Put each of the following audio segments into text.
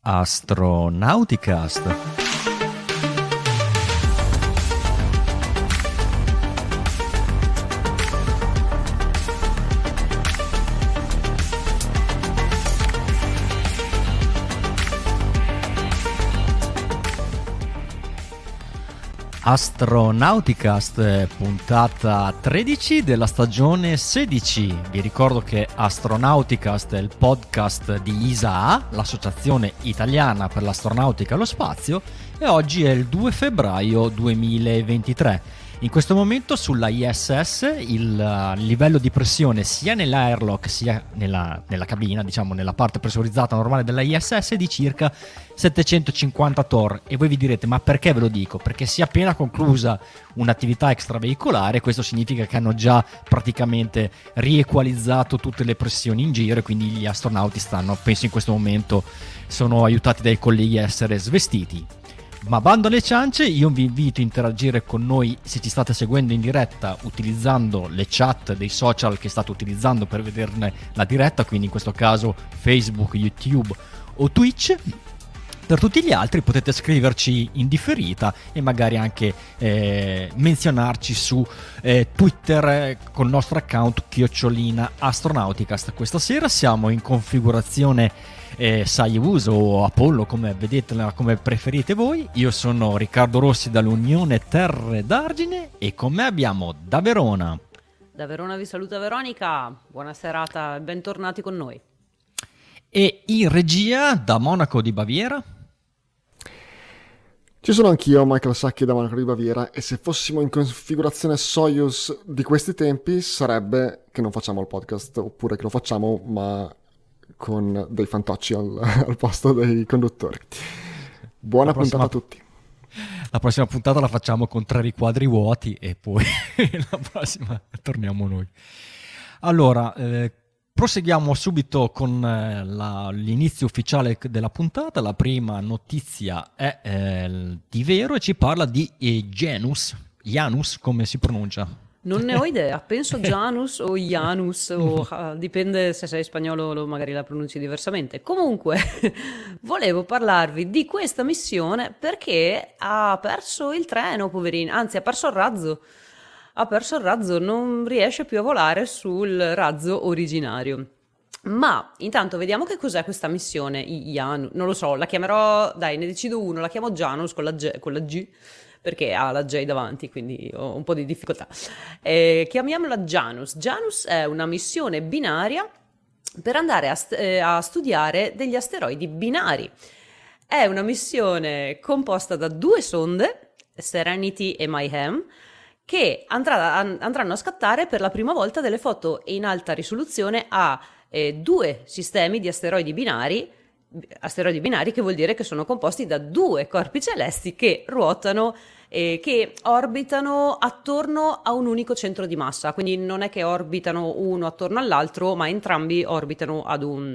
Astronauticast. Astronauticast, puntata 13 della stagione 16. Vi ricordo che Astronauticast è il podcast di ISAA, l'associazione italiana per l'astronautica e lo spazio, e oggi è il 2 febbraio 2023. In questo momento sulla ISS il livello di pressione sia nell'airlock sia nella cabina, diciamo nella parte pressurizzata normale della ISS, è di circa 750 torr. E voi vi direte: ma perché ve lo dico? Perché si è appena conclusa un'attività extraveicolare, questo significa che hanno già praticamente riequalizzato tutte le pressioni in giro, e quindi gli astronauti penso in questo momento, sono aiutati dai colleghi a essere svestiti. Ma bando alle ciance, io vi invito a interagire con noi se ci state seguendo in diretta utilizzando le chat dei social che state utilizzando per vederne la diretta, quindi in questo caso Facebook, YouTube o Twitch. Per tutti gli altri potete scriverci in differita e magari anche menzionarci su Twitter con il nostro account @astronauticast. Questa sera siamo in configurazione Soyuz o Apollo, come vedete, come preferite voi. Io sono Riccardo Rossi dall'Unione Terre d'Argine e con me abbiamo da Verona. Da Verona vi saluta Veronica, buona serata, bentornati con noi. E in regia da Monaco di Baviera ci sono anch'io, Michael Sacchi da Monaco di Baviera, e se fossimo in configurazione Soyuz di questi tempi sarebbe che non facciamo il podcast, oppure che lo facciamo ma con dei fantocci al posto dei conduttori. Buona puntata a tutti. La prossima puntata la facciamo con 3 riquadri vuoti e poi la prossima torniamo noi. Allora, proseguiamo subito con l'inizio ufficiale della puntata. La prima notizia è di Vero e ci parla di Janus, come si pronuncia? Non ne ho idea, penso Janus o Janus, o dipende se sei spagnolo, magari la pronunci diversamente. Comunque, volevo parlarvi di questa missione perché ha perso il treno, poverino, anzi ha perso il razzo, non riesce più a volare sul razzo originario. Ma intanto vediamo che cos'è questa missione Janus, non lo so, la chiamerò, dai, ne decido uno, la chiamo Janus con la G, perché ha la J davanti, quindi ho un po' di difficoltà. Chiamiamola Janus. Janus è una missione binaria per andare a studiare degli asteroidi binari. È una missione composta da 2 sonde, Serenity e Mayhem, che andranno a scattare per la prima volta delle foto in alta risoluzione a 2 sistemi di asteroidi binari, che vuol dire che sono composti da 2 corpi celesti che ruotano e che orbitano attorno a un unico centro di massa, quindi non è che orbitano uno attorno all'altro, ma entrambi orbitano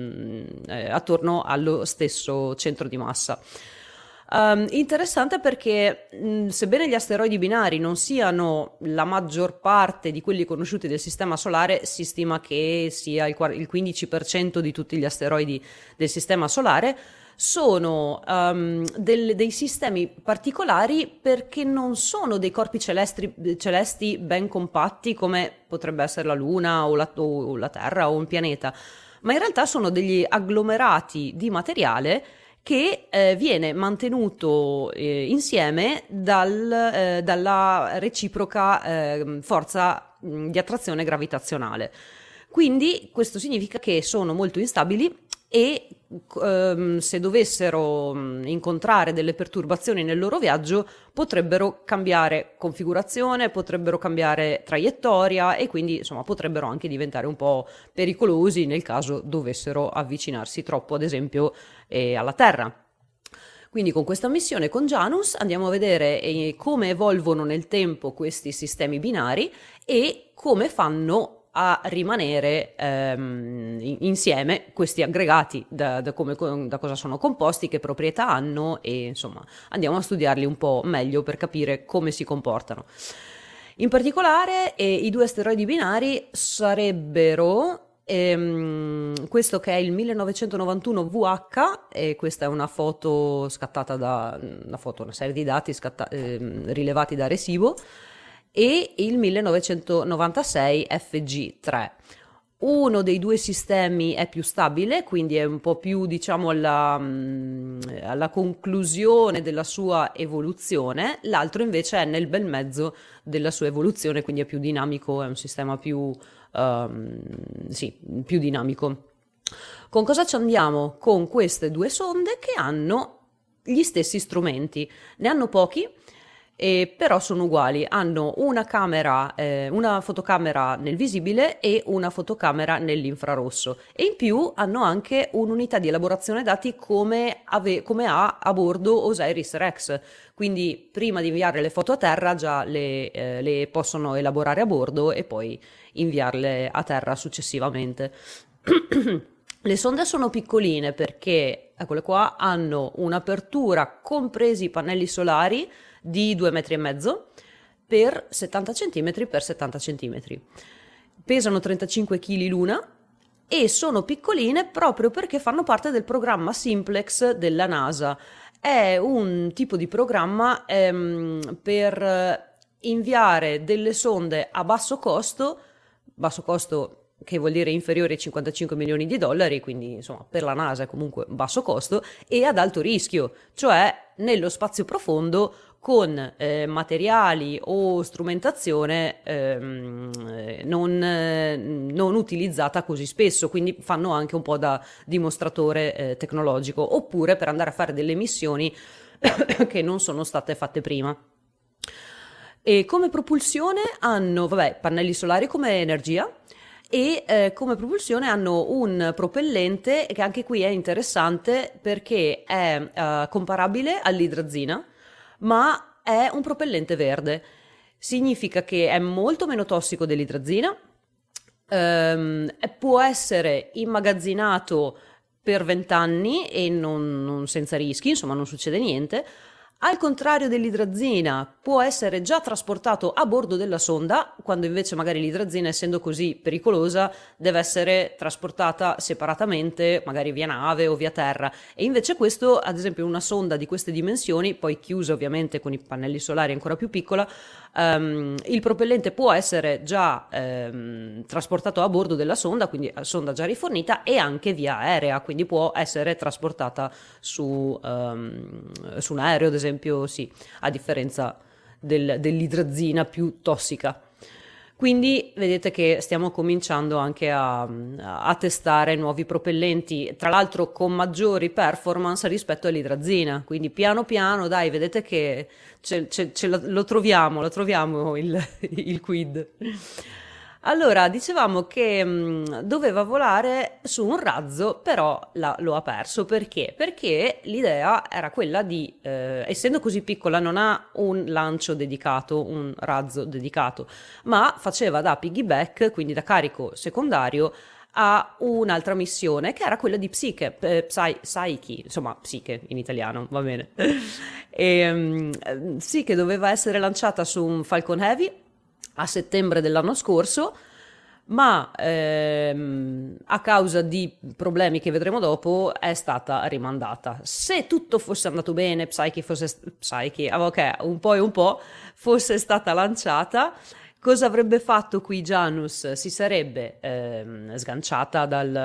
attorno allo stesso centro di massa. Interessante perché sebbene gli asteroidi binari non siano la maggior parte di quelli conosciuti del sistema solare, si stima che sia il 15% di tutti gli asteroidi del sistema solare, sono dei sistemi particolari perché non sono dei corpi celesti ben compatti come potrebbe essere la Luna o la Terra o un pianeta, ma in realtà sono degli agglomerati di materiale che viene mantenuto insieme dalla reciproca forza di attrazione gravitazionale. Quindi questo significa che sono molto instabili e se dovessero incontrare delle perturbazioni nel loro viaggio potrebbero cambiare configurazione, potrebbero cambiare traiettoria e quindi insomma potrebbero anche diventare un po' pericolosi nel caso dovessero avvicinarsi troppo, ad esempio alla Terra. Quindi con questa missione con Janus andiamo a vedere come evolvono nel tempo questi sistemi binari e come fanno a rimanere insieme questi aggregati, da cosa sono composti, che proprietà hanno, e insomma andiamo a studiarli un po' meglio per capire come si comportano. In particolare i 2 asteroidi binari sarebbero Questo che è il 1991 VH, e questa è una foto scattata una serie di dati rilevati da Recibo, e il 1996 FG3. Uno dei due sistemi è più stabile, quindi è un po' più, diciamo, alla conclusione della sua evoluzione, l'altro invece è nel bel mezzo della sua evoluzione, quindi è più dinamico, è un sistema più dinamico. Con cosa ci andiamo? Con queste due sonde che hanno gli stessi strumenti, ne hanno pochi, però sono uguali, hanno una fotocamera nel visibile e una fotocamera nell'infrarosso, e in più hanno anche un'unità di elaborazione dati come ha a bordo Osiris-Rex, quindi prima di inviare le foto a terra già le possono elaborare a bordo e poi inviarle a terra successivamente. Le sonde sono piccoline perché, eccole qua, hanno un'apertura, compresi i pannelli solari, di 2,5 metri per 70 cm per 70 cm. Pesano 35 kg l'una e sono piccoline proprio perché fanno parte del programma Simplex della NASA. È un tipo di programma per inviare delle sonde a basso costo che vuol dire inferiore ai 55 milioni di dollari, quindi insomma per la NASA è comunque basso costo, e ad alto rischio, cioè nello spazio profondo con materiali o strumentazione non utilizzata così spesso, quindi fanno anche un po' da dimostratore tecnologico, oppure per andare a fare delle missioni che non sono state fatte prima. E come propulsione hanno pannelli solari come energia, e come propulsione hanno un propellente che anche qui è interessante perché è comparabile all'idrazina, ma è un propellente verde. Significa che è molto meno tossico dell'idrazina, può essere immagazzinato per 20 anni e non senza rischi, insomma non succede niente. Al contrario dell'idrazina, può essere già trasportato a bordo della sonda, quando invece magari l'idrazina, essendo così pericolosa, deve essere trasportata separatamente, magari via nave o via terra. E invece questo, ad esempio, una sonda di queste dimensioni, poi chiusa ovviamente con i pannelli solari ancora più piccola, il propellente può essere già trasportato a bordo della sonda, quindi sonda già rifornita, e anche via aerea, quindi può essere trasportata su un aereo, ad esempio, sì, a differenza dell'idrazina più tossica. Quindi vedete che stiamo cominciando anche a testare nuovi propellenti, tra l'altro con maggiori performance rispetto all'idrazina, quindi piano piano, dai, vedete che lo troviamo il quid. Allora, dicevamo che doveva volare su un razzo, però lo ha perso. Perché? Perché l'idea era quella di, essendo così piccola, non ha un lancio dedicato, un razzo dedicato, ma faceva da piggyback, quindi da carico secondario, a un'altra missione che era quella di Psyche, insomma Psyche in italiano, va bene. Psyche doveva essere lanciata su un Falcon Heavy a settembre dell'anno scorso, ma a causa di problemi che vedremo dopo è stata rimandata. Se tutto fosse andato bene, Psyche, ok, un po' e un po', fosse stata lanciata, cosa avrebbe fatto qui Janus? Si sarebbe sganciata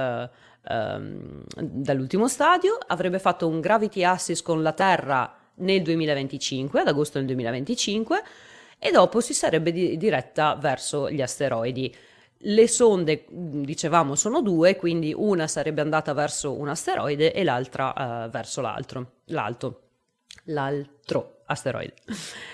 dall'ultimo stadio, avrebbe fatto un gravity assist con la Terra nel 2025, ad agosto del 2025, e dopo si sarebbe diretta verso gli asteroidi. Le sonde, dicevamo, sono due, quindi una sarebbe andata verso un asteroide e l'altra verso l'altro asteroide.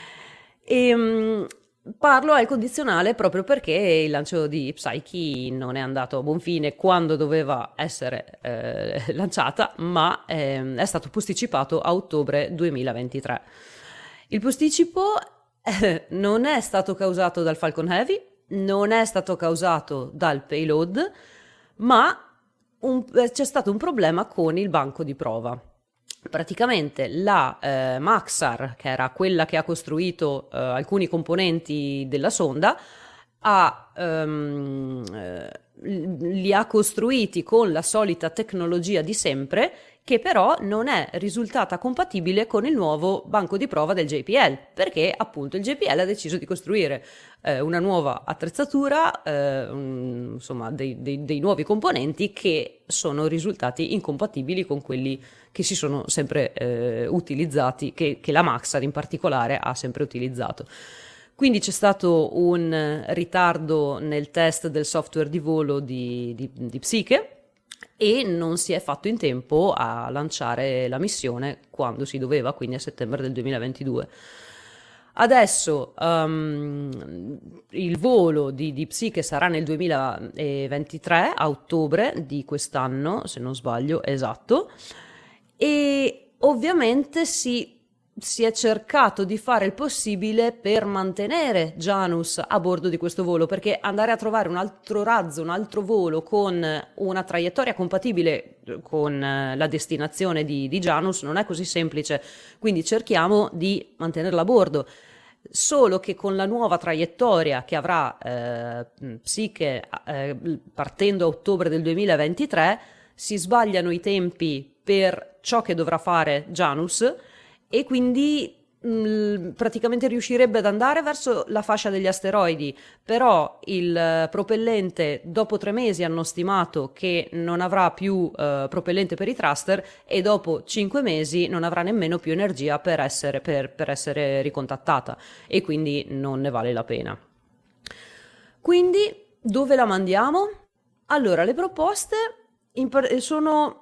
Parlo al condizionale proprio perché il lancio di Psyche non è andato a buon fine quando doveva essere lanciata, ma è stato posticipato a ottobre 2023. Il posticipo non è stato causato dal Falcon Heavy, non è stato causato dal payload, ma c'è stato un problema con il banco di prova. Praticamente la Maxar, che era quella che ha costruito alcuni componenti della sonda, ha li ha costruiti con la solita tecnologia di sempre, che però non è risultata compatibile con il nuovo banco di prova del JPL, perché appunto il JPL ha deciso di costruire una nuova attrezzatura, insomma dei nuovi componenti che sono risultati incompatibili con quelli che si sono sempre utilizzati, che la Maxar in particolare ha sempre utilizzato. Quindi c'è stato un ritardo nel test del software di volo di Psyche, e non si è fatto in tempo a lanciare la missione quando si doveva, quindi a settembre del 2022. Adesso il volo di Psyche sarà nel 2023, a ottobre di quest'anno, se non sbaglio, esatto, e ovviamente si è cercato di fare il possibile per mantenere Janus a bordo di questo volo, perché andare a trovare un altro razzo, un altro volo con una traiettoria compatibile con la destinazione di Janus non è così semplice, quindi cerchiamo di mantenerla a bordo. Solo che con la nuova traiettoria che avrà Psyche partendo a ottobre del 2023 si sbagliano i tempi per ciò che dovrà fare Janus, e quindi praticamente riuscirebbe ad andare verso la fascia degli asteroidi, però il propellente dopo 3 mesi hanno stimato che non avrà più propellente per i thruster, e dopo 5 mesi non avrà nemmeno più energia per essere ricontattata, e quindi non ne vale la pena. Quindi dove la mandiamo? Allora, le proposte sono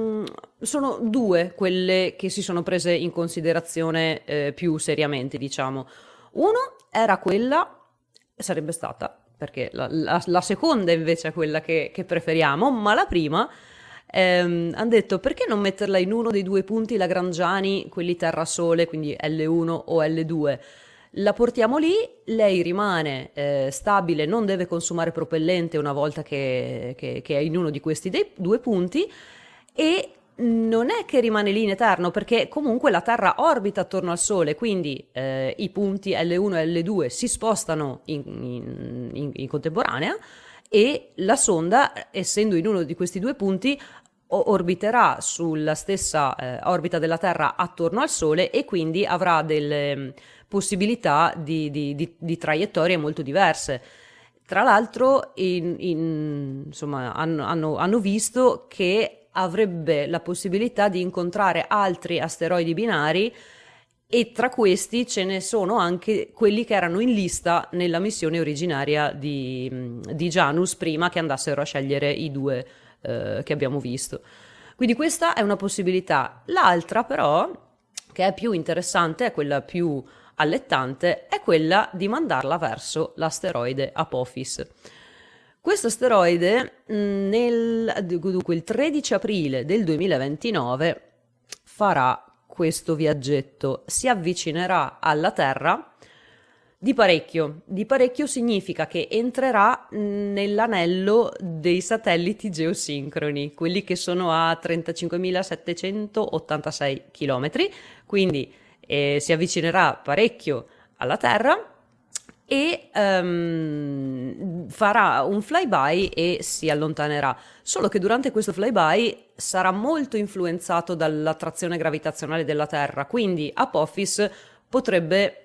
2 quelle che si sono prese in considerazione più seriamente, diciamo. Uno era sarebbe stata, perché la seconda invece è quella che preferiamo, ma la prima hanno detto: perché non metterla in uno dei 2 punti lagrangiani, quelli terra-sole, quindi L1 o L2? La portiamo lì, lei rimane stabile, non deve consumare propellente una volta che è in uno di questi 2 punti, e non è che rimane lì in eterno, perché comunque la Terra orbita attorno al Sole, quindi i punti L1 e L2 si spostano in contemporanea, e la sonda, essendo in uno di questi 2 punti, orbiterà sulla stessa orbita della Terra attorno al Sole, e quindi avrà delle possibilità di traiettorie molto diverse. Tra l'altro insomma, hanno visto che avrebbe la possibilità di incontrare altri asteroidi binari, e tra questi ce ne sono anche quelli che erano in lista nella missione originaria di Janus, prima che andassero a scegliere i 2 che abbiamo visto. Quindi questa è una possibilità. L'altra però, che è più interessante, è quella più allettante, è quella di mandarla verso l'asteroide Apophis. Questo asteroide dunque il 13 aprile del 2029 farà questo viaggetto, si avvicinerà alla Terra di parecchio. Di parecchio significa che entrerà nell'anello dei satelliti geosincroni, quelli che sono a 35.786 km, quindi si avvicinerà parecchio alla Terra, e farà un flyby e si allontanerà. Solo che durante questo flyby sarà molto influenzato dall'attrazione gravitazionale della Terra, quindi Apophis potrebbe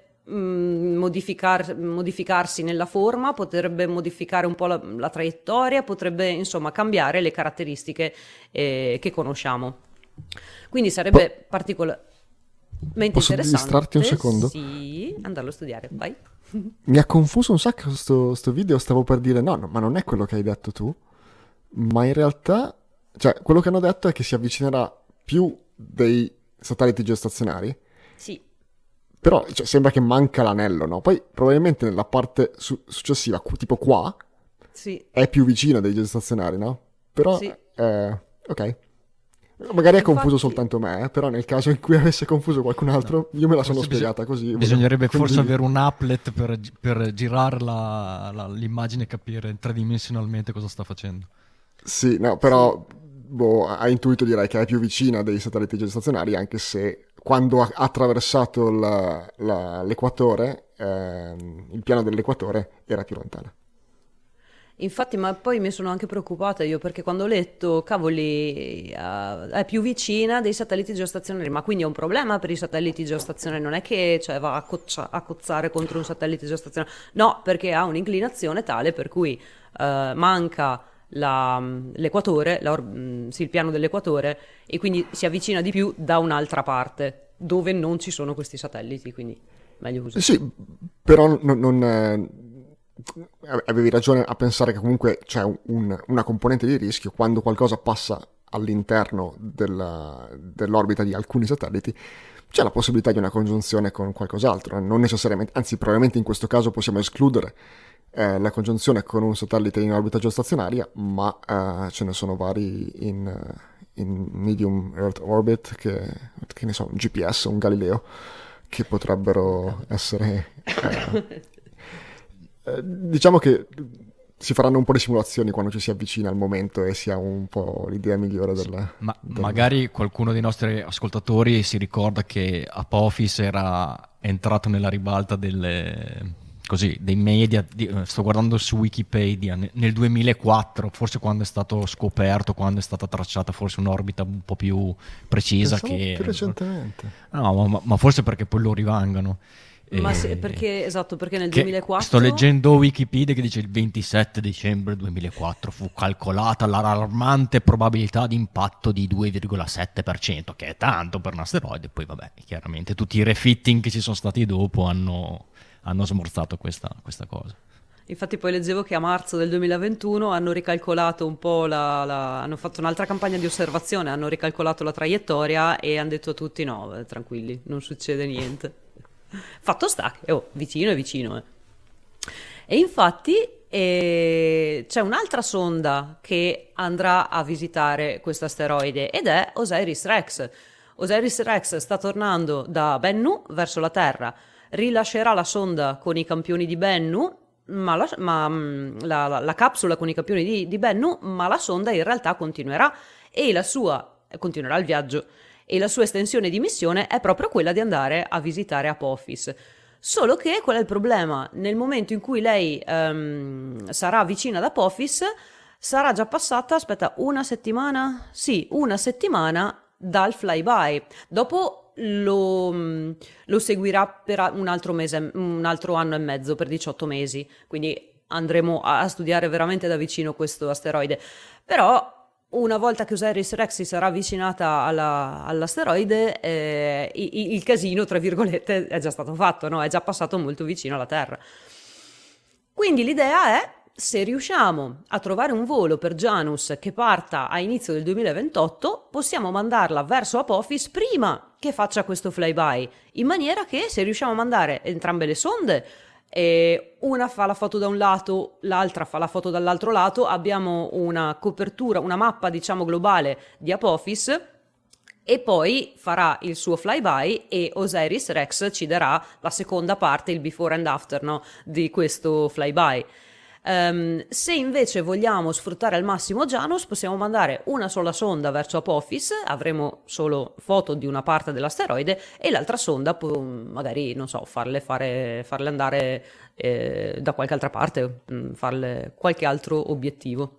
modificarsi nella forma, potrebbe modificare un po' la traiettoria, potrebbe insomma cambiare le caratteristiche che conosciamo. Quindi sarebbe particolarmente interessante. Posso distrarti un secondo? Sì, andarlo a studiare, vai. Mi ha confuso un sacco sto video, stavo per dire no, ma non è quello che hai detto tu, ma in realtà, cioè, quello che hanno detto è che si avvicinerà più dei satelliti geostazionari. Sì. Però cioè, sembra che manca l'anello, no? Poi probabilmente nella parte successiva, tipo qua, sì, è più vicino dei geostazionari, no? Però, sì. ok. Magari è confuso Infatti, soltanto me, però nel caso in cui avesse confuso qualcun altro, io me la sono spiegata così. Bisognerebbe quindi... forse avere un applet per girare l'immagine e capire tridimensionalmente cosa sta facendo. Sì, no, però a intuito direi che è più vicina dei satelliti geostazionari, anche se quando ha attraversato l'equatore, il piano dell'equatore era più lontana. Infatti, ma poi mi sono anche preoccupata io perché quando ho letto, cavoli, è più vicina dei satelliti geostazionari, ma quindi è un problema per i satelliti geostazionari, non è che cioè, va a cozzare contro un satellite geostazionario, no, perché ha un'inclinazione tale per cui manca l'equatore, sì, il piano dell'equatore, e quindi si avvicina di più da un'altra parte dove non ci sono questi satelliti, quindi meglio così. Sì, però avevi ragione a pensare che comunque c'è una componente di rischio quando qualcosa passa all'interno dell'orbita di alcuni satelliti. C'è la possibilità di una congiunzione con qualcos'altro, non necessariamente, anzi probabilmente in questo caso possiamo escludere la congiunzione con un satellite in orbita geostazionaria, ma ce ne sono vari in medium Earth orbit, che ne so, un GPS, un Galileo, che potrebbero essere... diciamo che si faranno un po' di simulazioni quando ci si avvicina al momento e si ha un po' l'idea migliore magari qualcuno dei nostri ascoltatori si ricorda che Apophis era entrato nella ribalta dei media, sto guardando su Wikipedia, nel 2004, forse quando è stato scoperto, quando è stata tracciata forse un'orbita un po' più precisa. Pensavo più recentemente. No, ma forse perché poi lo rivangano. Ma perché nel 2004 sto leggendo Wikipedia che dice il 27 dicembre 2004 fu calcolata l'allarmante probabilità di impatto di 2,7%, che è tanto per un asteroide. Poi vabbè, chiaramente tutti i refitting che ci sono stati dopo hanno smorzato questa cosa. Infatti poi leggevo che a marzo del 2021 hanno ricalcolato un po' hanno fatto un'altra campagna di osservazione, hanno ricalcolato la traiettoria e hanno detto a tutti no, tranquilli, non succede niente. Fatto sta che vicino è vicino. E infatti c'è un'altra sonda che andrà a visitare questo asteroide ed è OSIRIS-REx. OSIRIS-REx sta tornando da Bennu verso la Terra, rilascerà la sonda con i campioni di Bennu, ma la capsula con i campioni di Bennu, ma la sonda in realtà continuerà il viaggio. E la sua estensione di missione è proprio quella di andare a visitare Apophis. Solo che qual è il problema? Nel momento in cui lei sarà vicina ad Apophis, sarà già passata, una settimana? Sì, una settimana dal flyby. Dopo lo seguirà per un altro mese, un altro anno e mezzo, per 18 mesi. Quindi andremo a studiare veramente da vicino questo asteroide. Però una volta che OSIRIS-REx si sarà avvicinata all'asteroide, il casino, tra virgolette, è già stato fatto, no? È già passato molto vicino alla Terra. Quindi l'idea è, se riusciamo a trovare un volo per Janus che parta a inizio del 2028, possiamo mandarla verso Apophis prima che faccia questo flyby, in maniera che se riusciamo a mandare entrambe le sonde, e una fa la foto da un lato, l'altra fa la foto dall'altro lato, abbiamo una copertura, una mappa diciamo globale di Apophis, e poi farà il suo flyby e OSIRIS-REx ci darà la seconda parte, il before and after, no, di questo flyby. Se invece vogliamo sfruttare al massimo Janus, possiamo mandare una sola sonda verso Apophis, avremo solo foto di una parte dell'asteroide e l'altra sonda magari, non so, farle andare da qualche altra parte, farle qualche altro obiettivo.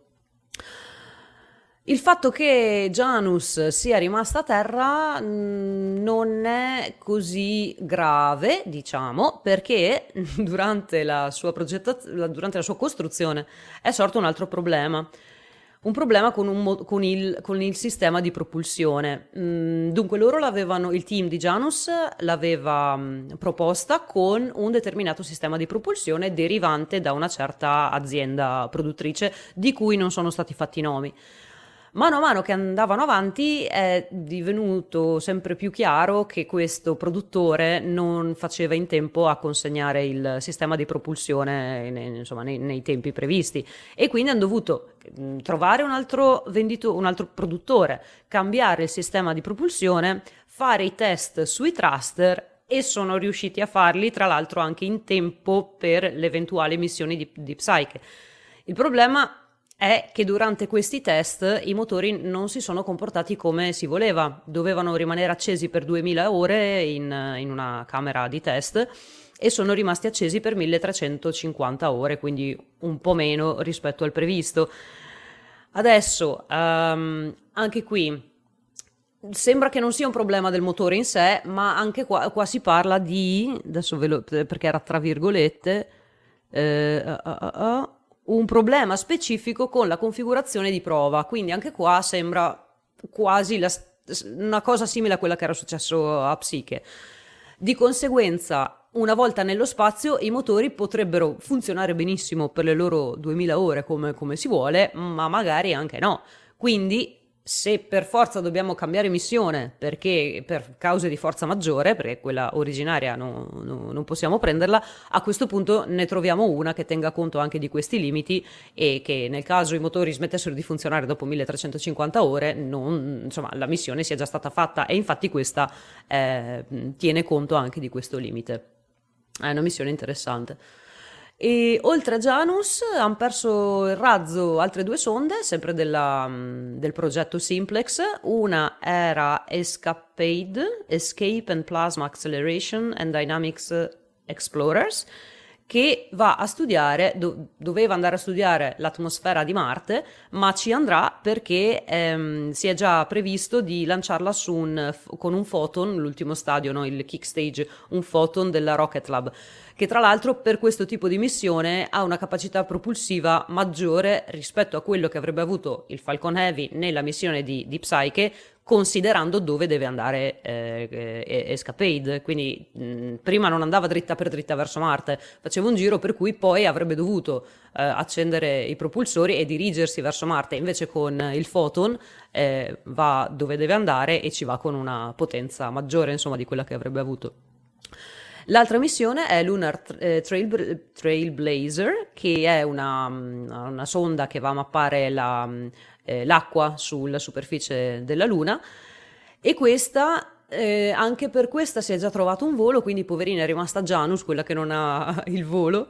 Il fatto che Janus sia rimasta a terra non è così grave, diciamo, perché durante la sua costruzione è sorto un altro problema. Un problema con il sistema di propulsione. Dunque loro il team di Janus l'aveva proposta con un determinato sistema di propulsione derivante da una certa azienda produttrice di cui non sono stati fatti i nomi. Mano a mano che andavano avanti è divenuto sempre più chiaro che questo produttore non faceva in tempo a consegnare il sistema di propulsione nei tempi previsti e quindi hanno dovuto trovare un altro produttore, cambiare il sistema di propulsione, fare i test sui thruster e sono riusciti a farli tra l'altro anche in tempo per le eventuali missioni di Psyche. Il problema è che durante questi test i motori non si sono comportati come si voleva, dovevano rimanere accesi per 2000 ore in una camera di test e sono rimasti accesi per 1350 ore, quindi un po' meno rispetto al previsto. Adesso, anche qui sembra che non sia un problema del motore in sé, ma anche qua si parla di, adesso perché era tra virgolette, un problema specifico con la configurazione di prova, quindi anche qua sembra quasi una cosa simile a quella che era successo a Psyche. Di conseguenza, una volta nello spazio, i motori potrebbero funzionare benissimo per le loro 2000 ore come si vuole, ma magari anche no. Quindi, se per forza dobbiamo cambiare missione perché per cause di forza maggiore, perché quella originaria non possiamo prenderla, a questo punto ne troviamo una che tenga conto anche di questi limiti e che nel caso i motori smettessero di funzionare dopo 1350 ore, insomma, la missione sia già stata fatta, e infatti questa tiene conto anche di questo limite. È una missione interessante. E oltre a Janus hanno perso il razzo altre 2 sonde, sempre del progetto Simplex. Una era Escape and Plasma Acceleration and Dynamics Explorers, che va a studiare, doveva andare a studiare l'atmosfera di Marte, ma ci andrà perché si è già previsto di lanciarla con un Photon, l'ultimo stadio, no? Il kick stage, un Photon della Rocket Lab, che tra l'altro per questo tipo di missione ha una capacità propulsiva maggiore rispetto a quello che avrebbe avuto il Falcon Heavy nella missione di Psyche, considerando dove deve andare Escapade. Quindi prima non andava dritta per dritta verso Marte, faceva un giro per cui poi avrebbe dovuto accendere i propulsori e dirigersi verso Marte. Invece con il Photon va dove deve andare e ci va con una potenza maggiore, insomma, di quella che avrebbe avuto. L'altra missione è Lunar Trailblazer, che è una sonda che va a mappare l'acqua sulla superficie della Luna, e questa, anche per questa si è già trovato un volo, quindi poverina è rimasta Janus, quella che non ha il volo,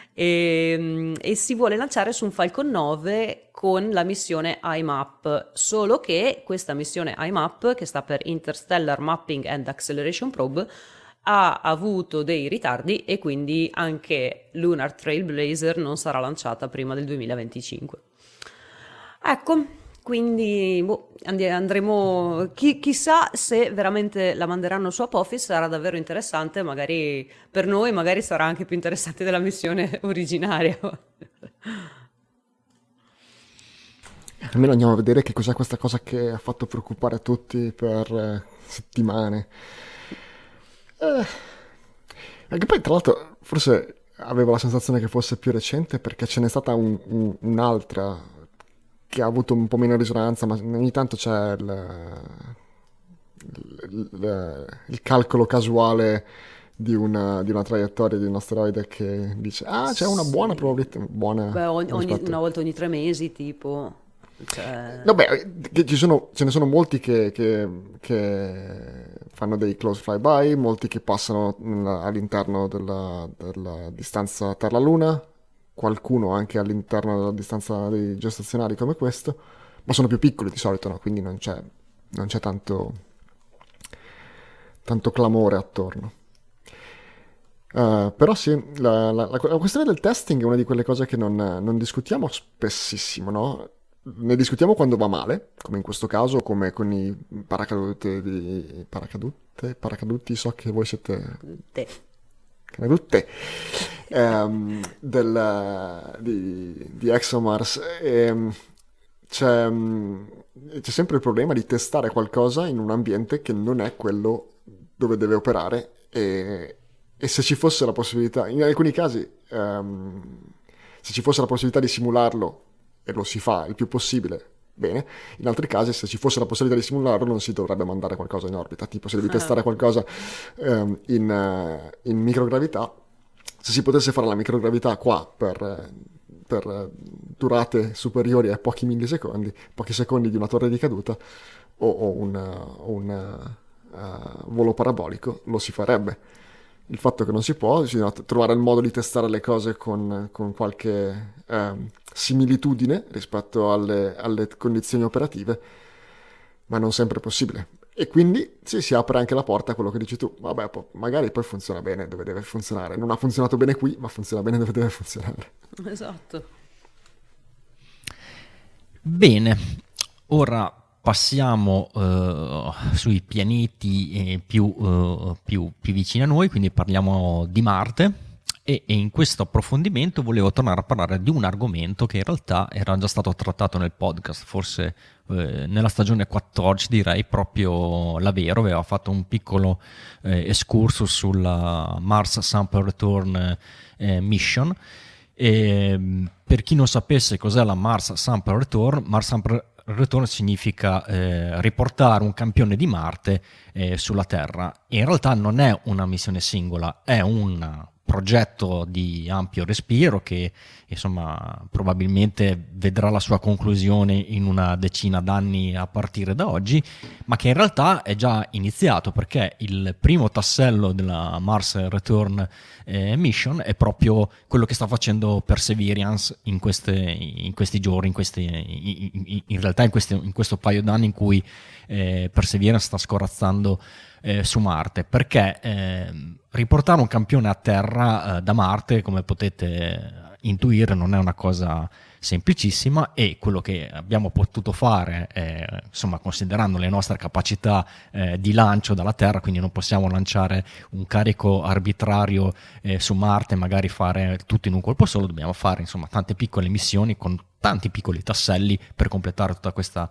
e si vuole lanciare su un Falcon 9 con la missione IMAP, solo che questa missione IMAP, che sta per Interstellar Mapping and Acceleration Probe, ha avuto dei ritardi e quindi anche Lunar Trailblazer non sarà lanciata prima del 2025. Ecco, quindi andremo, chissà se veramente la manderanno su Apophis, sarà davvero interessante, magari per noi, magari sarà anche più interessante della missione originaria. Almeno andiamo a vedere che cos'è questa cosa che ha fatto preoccupare tutti per settimane. Anche poi, tra l'altro, forse avevo la sensazione che fosse più recente, perché ce n'è stata un'altra che ha avuto un po' meno risonanza, ma ogni tanto c'è il calcolo casuale di una traiettoria di un asteroide che dice c'è una buona probabilità, buona. Beh, una volta ogni 3 mesi tipo. No, beh, ce ne sono molti che fanno dei close flyby, molti che passano all'interno della distanza Terra-Luna, qualcuno anche all'interno della distanza dei geostazionari come questo, ma sono più piccoli di solito, no? Quindi non c'è tanto clamore attorno. Però sì, la questione del testing è una di quelle cose che non discutiamo spessissimo, no? Ne discutiamo quando va male, come in questo caso, come con i paracaduti, so che voi siete di ExoMars, c'è sempre il problema di testare qualcosa in un ambiente che non è quello dove deve operare, e se ci fosse la possibilità, in alcuni casi, se ci fosse la possibilità di simularlo, e lo si fa il più possibile, bene. In altri casi, se ci fosse la possibilità di simularlo, non si dovrebbe mandare qualcosa in orbita. Tipo, se devi testare qualcosa in microgravità, se si potesse fare la microgravità qua per durate superiori a pochi millisecondi, pochi secondi di una torre di caduta o un volo parabolico, lo si farebbe. Il fatto che non si può, bisogna trovare il modo di testare le cose con qualche similitudine rispetto alle condizioni operative, ma non sempre è possibile. E quindi si apre anche la porta a quello che dici tu. Vabbè, magari poi funziona bene dove deve funzionare. Non ha funzionato bene qui, ma funziona bene dove deve funzionare. Esatto. Bene, ora passiamo sui pianeti più vicini a noi, quindi parliamo di Marte. E in questo approfondimento volevo tornare a parlare di un argomento che in realtà era già stato trattato nel podcast, forse nella stagione 14 direi, proprio Lavero aveva fatto un piccolo excursus sulla Mars Sample Return Mission. E, per chi non sapesse cos'è la Mars Sample Return, Mars Sample Return significa riportare un campione di Marte sulla Terra. In realtà non è una missione singola, è un progetto di ampio respiro che insomma probabilmente vedrà la sua conclusione in una decina d'anni a partire da oggi, ma che in realtà è già iniziato, perché il primo tassello della Mars Return Mission è proprio quello che sta facendo Perseverance in questi giorni, in realtà in questo paio d'anni in cui Perseverance sta scorazzando su Marte, perché riportare un campione a terra da Marte, come potete intuire, non è una cosa semplicissima, e quello che abbiamo potuto fare, insomma, considerando le nostre capacità di lancio dalla Terra, quindi non possiamo lanciare un carico arbitrario su Marte, magari fare tutto in un colpo solo, dobbiamo fare insomma tante piccole missioni con tanti piccoli tasselli per completare tutta questa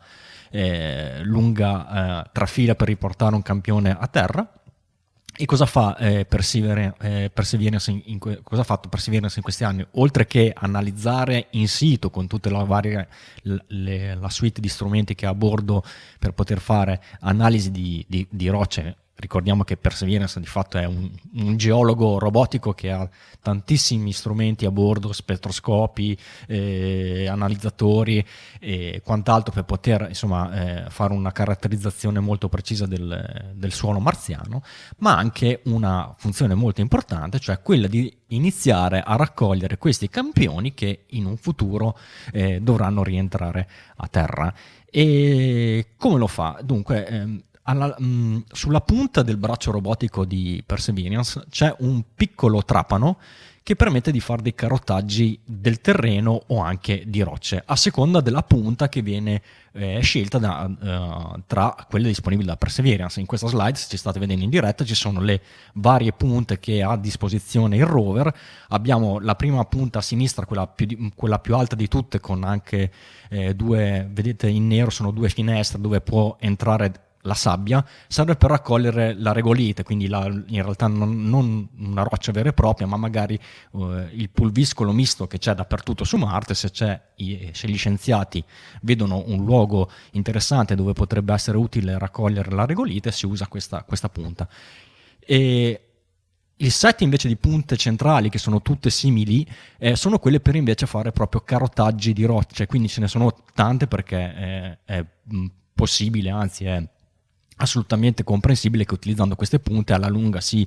lunga trafila per riportare un campione a terra. E cosa fa Perseverance cosa ha fatto Perseverance in questi anni? Oltre che analizzare in situ con tutte la suite di strumenti che ha a bordo per poter fare analisi di rocce. Ricordiamo che Perseverance di fatto è un geologo robotico che ha tantissimi strumenti a bordo, spettroscopi, analizzatori e quant'altro per poter insomma fare una caratterizzazione molto precisa del suolo marziano, ma anche una funzione molto importante, cioè quella di iniziare a raccogliere questi campioni che in un futuro dovranno rientrare a terra. E come lo fa? Dunque, sulla punta del braccio robotico di Perseverance c'è un piccolo trapano che permette di fare dei carotaggi del terreno o anche di rocce, a seconda della punta che viene scelta tra quelle disponibili da Perseverance. In questa slide, se ci state vedendo in diretta, ci sono le varie punte che ha a disposizione il rover. Abbiamo la prima punta a sinistra, quella più alta di tutte, con anche due, vedete in nero, sono due finestre dove può entrare la sabbia, serve per raccogliere la regolite, quindi in realtà non una roccia vera e propria, ma magari il pulviscolo misto che c'è dappertutto su Marte. Se gli scienziati vedono un luogo interessante dove potrebbe essere utile raccogliere la regolite, si usa questa punta. E il set invece di punte centrali, che sono tutte simili, sono quelle per invece fare proprio carotaggi di rocce, quindi ce ne sono tante, perché è possibile, anzi è assolutamente comprensibile che utilizzando queste punte alla lunga si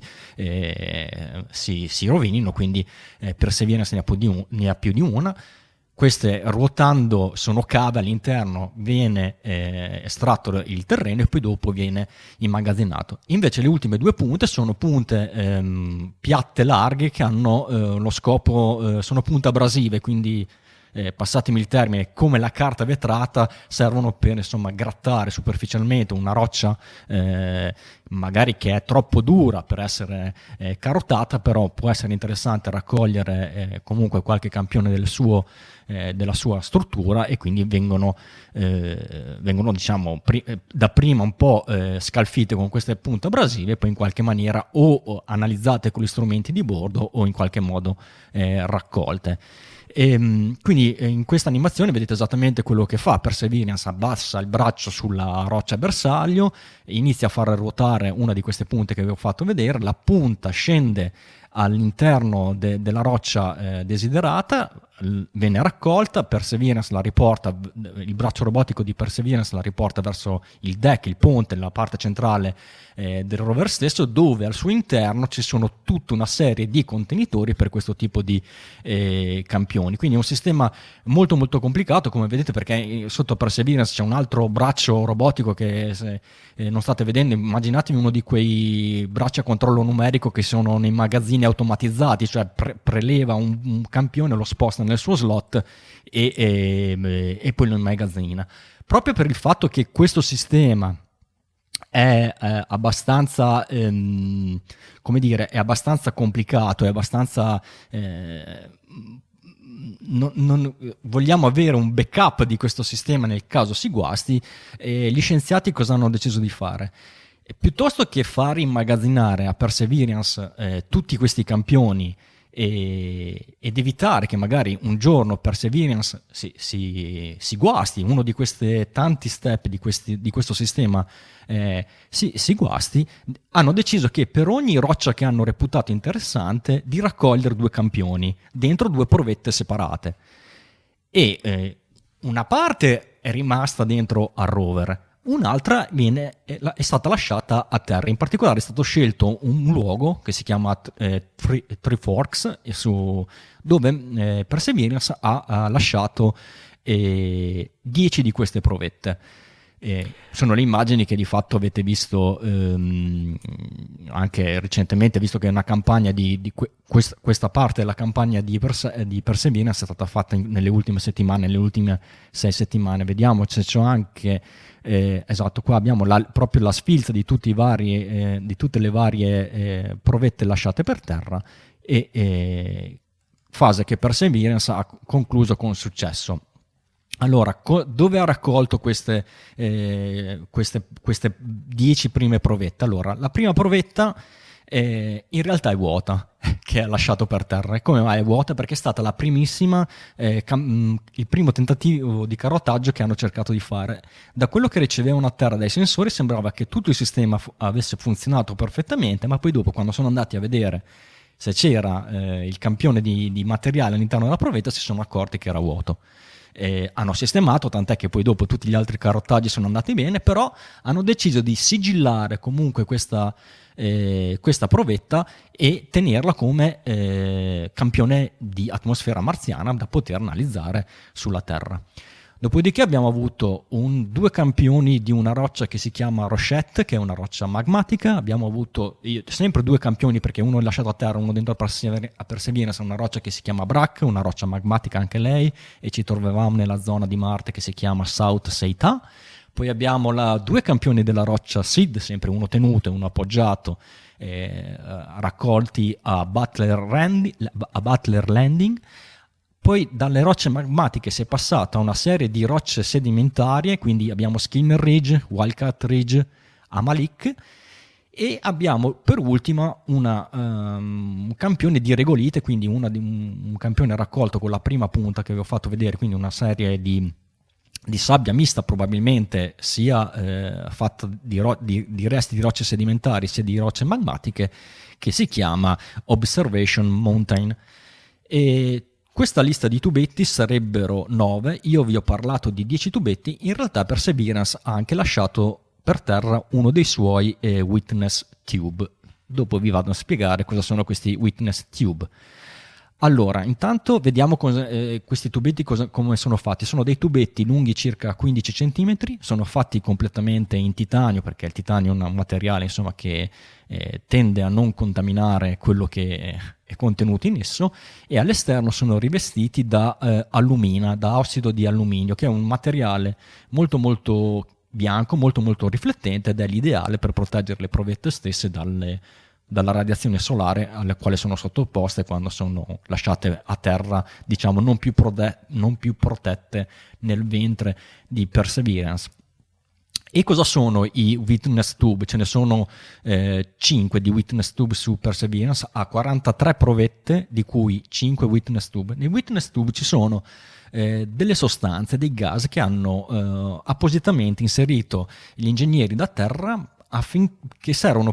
rovinino, quindi Perseverance ne ha più di una. Queste, ruotando, sono cave all'interno, viene estratto il terreno e poi dopo viene immagazzinato. Invece le ultime due punte sono punte piatte, larghe, che hanno lo scopo, sono punte abrasive, quindi passatemi il termine, come la carta vetrata, servono per insomma grattare superficialmente una roccia magari che è troppo dura per essere carotata, però può essere interessante raccogliere comunque qualche campione della sua struttura, e quindi vengono diciamo dapprima un po' scalfite con queste punte abrasive, poi in qualche maniera o analizzate con gli strumenti di bordo o in qualche modo raccolte. E quindi in questa animazione vedete esattamente quello che fa Perseverance: abbassa il braccio sulla roccia bersaglio, inizia a far ruotare una di queste punte che vi ho fatto vedere, la punta scende all'interno della roccia desiderata, viene raccolta, Perseverance la riporta, il braccio robotico di Perseverance la riporta verso il deck, il ponte, la parte centrale del rover stesso, dove al suo interno ci sono tutta una serie di contenitori per questo tipo di campioni. Quindi è un sistema molto molto complicato, come vedete, perché sotto Perseverance c'è un altro braccio robotico che, se non state vedendo, immaginatevi uno di quei bracci a controllo numerico che sono nei magazzini automatizzati, cioè preleva un campione, lo sposta nel suo slot e poi lo immagazzina. Proprio per il fatto che questo sistema è abbastanza come dire, è abbastanza complicato, è abbastanza non vogliamo avere un backup di questo sistema nel caso si guasti. Gli scienziati cosa hanno deciso di fare? Piuttosto che far immagazzinare a Perseverance tutti questi campioni ed evitare che magari un giorno Perseverance si guasti, uno di questi tanti step di questo sistema si guasti, hanno deciso che per ogni roccia che hanno reputato interessante di raccogliere 2 campioni dentro 2 provette separate, e una parte è rimasta dentro al rover, un'altra è stata lasciata a terra. In particolare è stato scelto un luogo che si chiama Three Forks, dove Perseverance ha lasciato 10 di queste provette. Sono le immagini che di fatto avete visto anche recentemente, visto che è una campagna questa parte della campagna di Perseverance è stata fatta nelle ultime settimane, nelle ultime 6 settimane. Vediamo, c'è anche esatto, qua abbiamo proprio la sfilza di tutte le varie provette lasciate per terra, e fase che Perseverance ha concluso con successo. Allora, dove ha raccolto queste 10 prime provette? Allora, la prima provetta in realtà è vuota, che ha lasciato per terra. E come mai è vuota? Perché è stata la primissima, il primo tentativo di carotaggio che hanno cercato di fare. Da quello che ricevevano a terra dai sensori sembrava che tutto il sistema avesse funzionato perfettamente, ma poi dopo, quando sono andati a vedere se c'era il campione di materiale all'interno della provetta, si sono accorti che era vuoto. Hanno sistemato, tant'è che poi dopo tutti gli altri carotaggi sono andati bene, però hanno deciso di sigillare comunque questa provetta e tenerla come campione di atmosfera marziana da poter analizzare sulla Terra. Dopodiché abbiamo avuto 2 campioni di una roccia che si chiama Rochette, che è una roccia magmatica. Abbiamo avuto sempre 2 campioni, perché uno è lasciato a terra, uno dentro a Perseverance, una roccia che si chiama Brack, una roccia magmatica anche lei, e ci trovavamo nella zona di Marte che si chiama South Seita. Poi abbiamo 2 campioni della roccia Sid, sempre uno tenuto e uno appoggiato, raccolti a Butler Landing. Poi dalle rocce magmatiche si è passato a una serie di rocce sedimentarie, quindi abbiamo Skinner Ridge, Wildcat Ridge, Amalik, e abbiamo per ultima un campione di regolite, quindi un campione raccolto con la prima punta che vi ho fatto vedere, quindi una serie di sabbia mista, probabilmente sia fatta di resti di rocce sedimentari sia di rocce magmatiche, che si chiama Observation Mountain. E questa lista di tubetti sarebbero 9, io vi ho parlato di 10 tubetti. In realtà Perseverance ha anche lasciato per terra uno dei suoi Witness Tube. Dopo vi vado a spiegare cosa sono questi Witness Tube. Allora, intanto vediamo questi tubetti come sono fatti. Sono dei tubetti lunghi circa 15 cm, sono fatti completamente in titanio, perché il titanio è un materiale, insomma, che tende a non contaminare quello che è contenuto in esso, e all'esterno sono rivestiti da allumina, da ossido di alluminio, che è un materiale molto molto bianco, molto molto riflettente, ed è l'ideale per proteggere le provette stesse dalla radiazione solare alla quale sono sottoposte quando sono lasciate a terra, diciamo non più protette nel ventre di Perseverance. E cosa sono i Witness Tube? Ce ne sono 5 di Witness Tube su Perseverance, ha 43 provette, di cui 5 Witness Tube. Nei Witness Tube ci sono delle sostanze, dei gas che hanno appositamente inserito gli ingegneri da terra, affinché servono per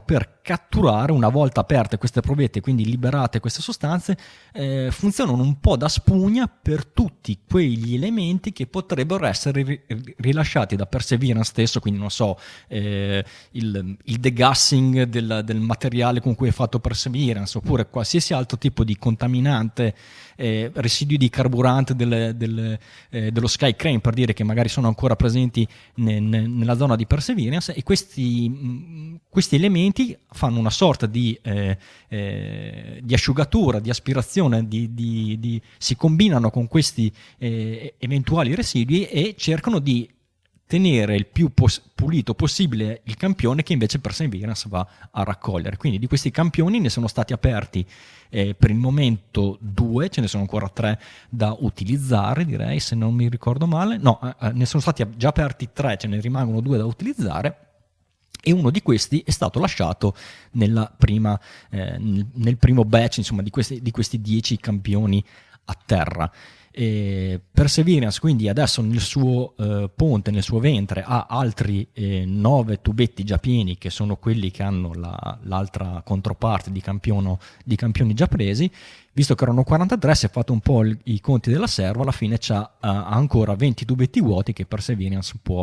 catturare, una volta aperte queste provette, quindi liberate queste sostanze, funzionano un po' da spugna per tutti quegli elementi che potrebbero essere rilasciati da Perseverance stesso, quindi non so, il degassing del materiale con cui è fatto Perseverance, oppure qualsiasi altro tipo di contaminante, residui di carburante dello Sky Crane, per dire, che magari sono ancora presenti nella zona di Perseverance, e questi elementi fanno una sorta di asciugatura, di aspirazione, si combinano con questi eventuali residui e cercano di tenere il più pulito possibile il campione che invece Perseverance va a raccogliere. Quindi di questi campioni ne sono stati aperti per il momento 2, ce ne sono ancora 3 da utilizzare, direi, se non mi ricordo male. No, ne sono stati già aperti 3, ce ne rimangono 2 da utilizzare, e uno di questi è stato lasciato nel primo batch, insomma, di questi 10 campioni a terra. Perseverance quindi adesso nel suo ponte, nel suo ventre, ha altri 9 tubetti già pieni, che sono quelli che hanno l'altra controparte di campioni già presi. Visto che erano 43, si è fatto un po' i conti della serva, alla fine c'ha ancora 20 tubetti vuoti che Perseverance può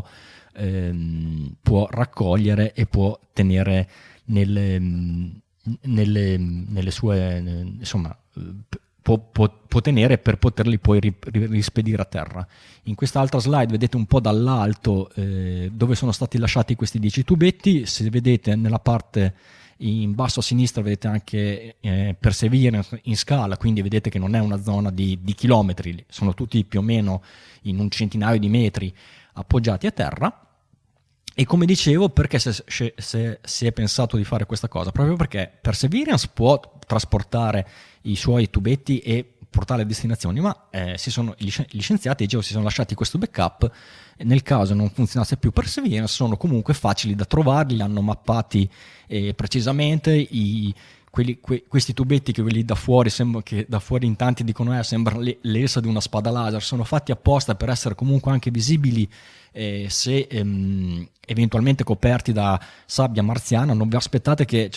raccogliere e può tenere nelle sue, insomma, può tenere per poterli poi rispedire a terra. In quest'altra slide vedete un po' dall'alto dove sono stati lasciati questi 10 tubetti. Se vedete nella parte in basso a sinistra vedete anche Perseverance in scala, quindi vedete che non è una zona di chilometri, sono tutti più o meno in un centinaio di metri appoggiati a terra. E come dicevo, perché si è pensato di fare questa cosa? Proprio perché Perseverance può trasportare i suoi tubetti e portarli a destinazioni, ma gli scienziati, dicevo, si sono lasciati questo backup. Nel caso non funzionasse più Perseverance, sono comunque facili da trovarli, hanno mappati precisamente questi tubetti, che quelli da fuori, che da fuori in tanti dicono sembrano l'elsa di una spada laser, sono fatti apposta per essere comunque anche visibili se eventualmente coperti da sabbia marziana. Non vi aspettate che,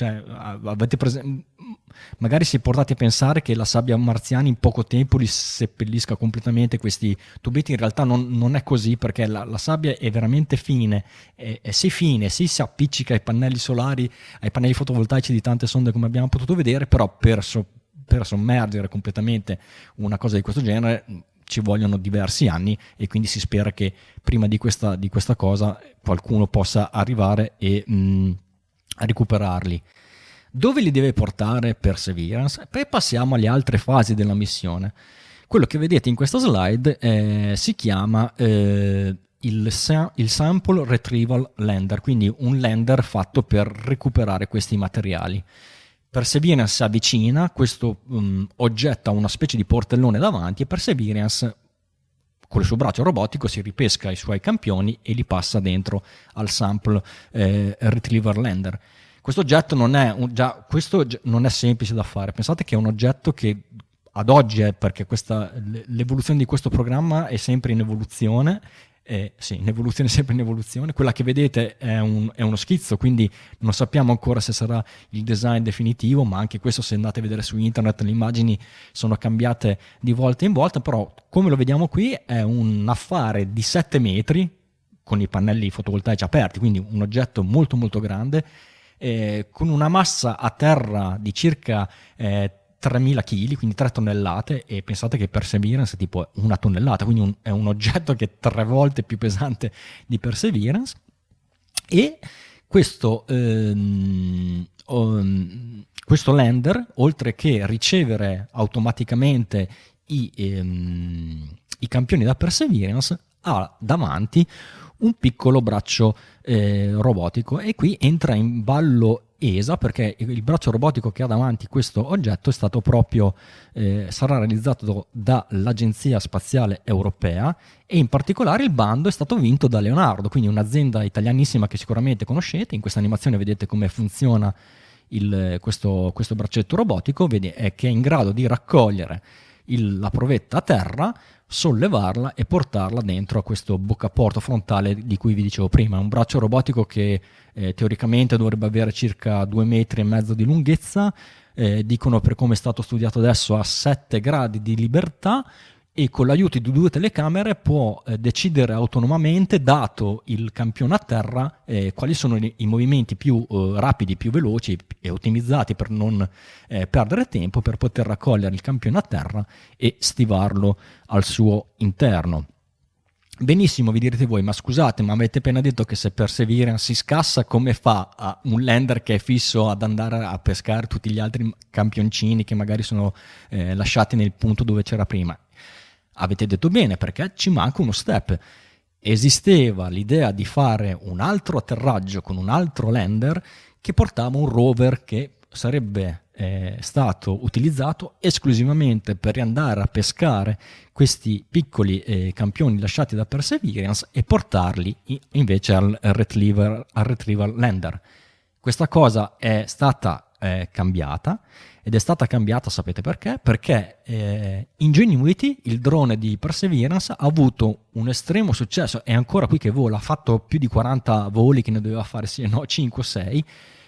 magari si è portati a pensare che la sabbia marziana in poco tempo li seppellisca completamente questi tubetti. In realtà non è così, perché la sabbia è veramente fine, si appiccica ai pannelli solari, ai pannelli fotovoltaici di tante sonde, come abbiamo potuto vedere, però per sommergere completamente una cosa di questo genere ci vogliono diversi anni, e quindi si spera che prima di questa cosa qualcuno possa arrivare a recuperarli. Dove li deve portare Perseverance? Poi passiamo alle altre fasi della missione. Quello che vedete in questa slide si chiama il Sample Retrieval Lander, quindi un lander fatto per recuperare questi materiali. Perseverance si avvicina, questo oggetto ha una specie di portellone davanti, e Perseverance con il suo braccio robotico si ripesca i suoi campioni e li passa dentro al Sample Retrieval Lander. Questo oggetto non è semplice da fare. Pensate che è un oggetto che ad oggi perché l'evoluzione di questo programma è sempre in evoluzione. Sempre in evoluzione. Quella che vedete è uno schizzo, quindi non sappiamo ancora se sarà il design definitivo, ma anche questo, se andate a vedere su internet, le immagini sono cambiate di volta in volta. Però come lo vediamo qui è un affare di 7 metri con i pannelli fotovoltaici aperti, quindi un oggetto molto molto grande, con una massa a terra di circa 3.000 kg, quindi 3 tonnellate, e pensate che Perseverance è tipo 1 tonnellata, quindi è un oggetto che è 3 volte più pesante di Perseverance. E questo lander, oltre che ricevere automaticamente i campioni da Perseverance, ha davanti un piccolo braccio robotico, e qui entra in ballo ESA, perché il braccio robotico che ha davanti questo oggetto è stato proprio sarà realizzato dall'Agenzia Spaziale Europea, e in particolare il bando è stato vinto da Leonardo, quindi un'azienda italianissima che sicuramente conoscete. In questa animazione vedete come funziona questo braccetto robotico, che è in grado di raccogliere la provetta a terra, sollevarla e portarla dentro a questo boccaporto frontale di cui vi dicevo prima. Un braccio robotico che teoricamente dovrebbe avere circa 2,5 metri di lunghezza, dicono, per come è stato studiato adesso, ha 7 gradi di libertà, e con l'aiuto di 2 telecamere può decidere autonomamente, dato il campione a terra, quali sono i movimenti più rapidi, più veloci e ottimizzati per non perdere tempo, per poter raccogliere il campione a terra e stivarlo al suo interno. Benissimo, vi direte voi, ma scusate, ma avete appena detto che se Perseverance si scassa, come fa a un lander che è fisso ad andare a pescare tutti gli altri campioncini che magari sono lasciati nel punto dove c'era prima? Avete detto bene, perché ci manca uno step. Esisteva l'idea di fare un altro atterraggio con un altro lander che portava un rover che sarebbe stato utilizzato esclusivamente per andare a pescare questi piccoli campioni lasciati da Perseverance e portarli invece al retriever lander. Questa cosa è stata cambiata, ed è stata cambiata, sapete perché? Perché Ingenuity, il drone di Perseverance, ha avuto un estremo successo, è ancora qui che vola, ha fatto più di 40 voli, che ne doveva fare 5 o 6,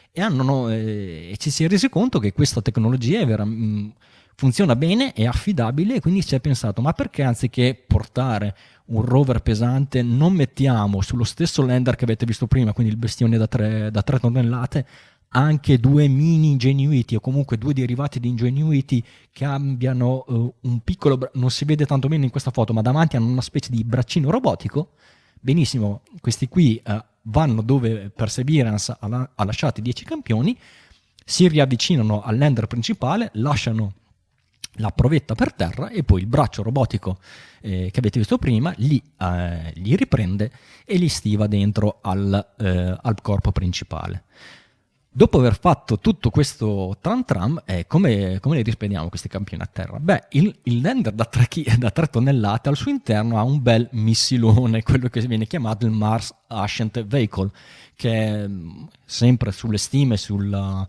e ci si è resi conto che questa tecnologia funziona bene, è affidabile, e quindi si è pensato, ma perché anziché portare un rover pesante non mettiamo sullo stesso lander che avete visto prima, quindi il bestione da 3 tonnellate, anche 2 mini Ingenuity, o comunque 2 derivati di Ingenuity che abbiano un piccolo, non si vede tanto bene in questa foto, ma davanti hanno una specie di braccino robotico. Benissimo, questi qui vanno dove Perseverance ha lasciato i 10 campioni, si riavvicinano al lander principale, lasciano la provetta per terra, e poi il braccio robotico che avete visto prima li riprende e li stiva dentro al corpo principale. Dopo aver fatto tutto questo tram, come li rispediamo questi campioni a terra? Beh, il lander da 3 tonnellate al suo interno ha un bel missilone, quello che viene chiamato il Mars Ascent Vehicle, che sempre sulle stime, sul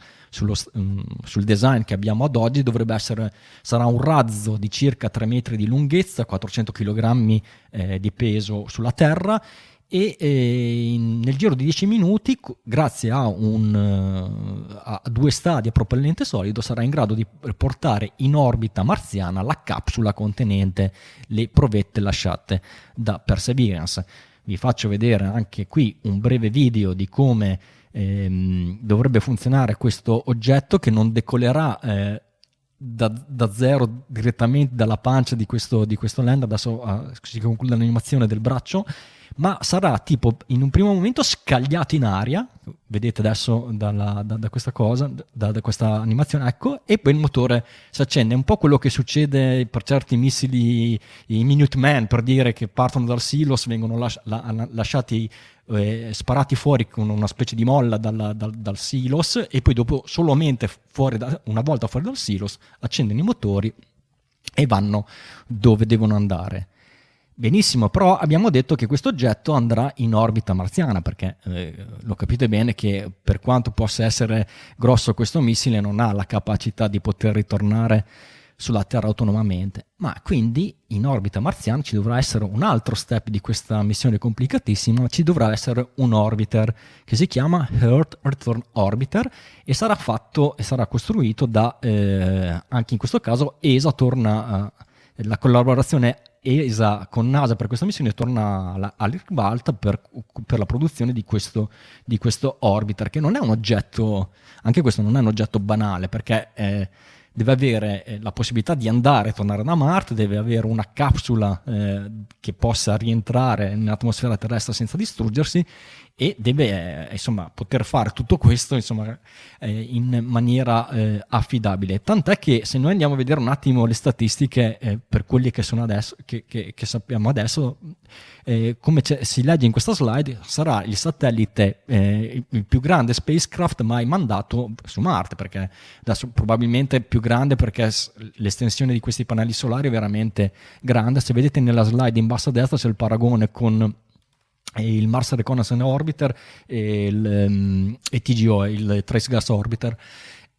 design che abbiamo ad oggi, sarà un razzo di circa 3 metri di lunghezza, 400 kg di peso sulla terra, e nel giro di 10 minuti, grazie a 2 stadi a propellente solido, sarà in grado di portare in orbita marziana la capsula contenente le provette lasciate da Perseverance. Vi faccio vedere anche qui un breve video di come dovrebbe funzionare questo oggetto, che non decollerà da zero direttamente dalla pancia di questo lander. Adesso si conclude l'animazione del braccio, ma sarà tipo in un primo momento scagliato in aria, vedete adesso da questa cosa, da questa animazione, ecco, e poi il motore si accende. È un po' quello che succede per certi missili, i Minuteman, per dire, che partono dal silos, vengono lasciati sparati fuori con una specie di molla dal silos, e poi dopo solamente una volta fuori dal silos accendono i motori e vanno dove devono andare. Benissimo, però abbiamo detto che questo oggetto andrà in orbita marziana, perché lo capite bene che per quanto possa essere grosso questo missile, non ha la capacità di poter ritornare sulla Terra autonomamente. Ma quindi in orbita marziana ci dovrà essere un altro step di questa missione complicatissima, ci dovrà essere un orbiter che si chiama Earth Return Orbiter, e sarà costruito da, anche in questo caso, ESA torna, la collaborazione ESA con NASA per questa missione torna all'IRCVALT per la produzione di questo orbiter, che non è un oggetto, anche questo non è un oggetto banale, perché deve avere la possibilità di andare e tornare da Marte, deve avere una capsula che possa rientrare nell'atmosfera terrestre senza distruggersi, e deve poter fare tutto questo in maniera affidabile. Tant'è che, se noi andiamo a vedere un attimo le statistiche per quelli che sono adesso, che sappiamo adesso, come si legge in questa slide, sarà il satellite, il più grande spacecraft mai mandato su Marte, perché adesso probabilmente più grande perché l'estensione di questi pannelli solari è veramente grande. Se vedete nella slide in basso a destra c'è il paragone con il Mars Reconnaissance Orbiter e TGO, il Trace Gas Orbiter,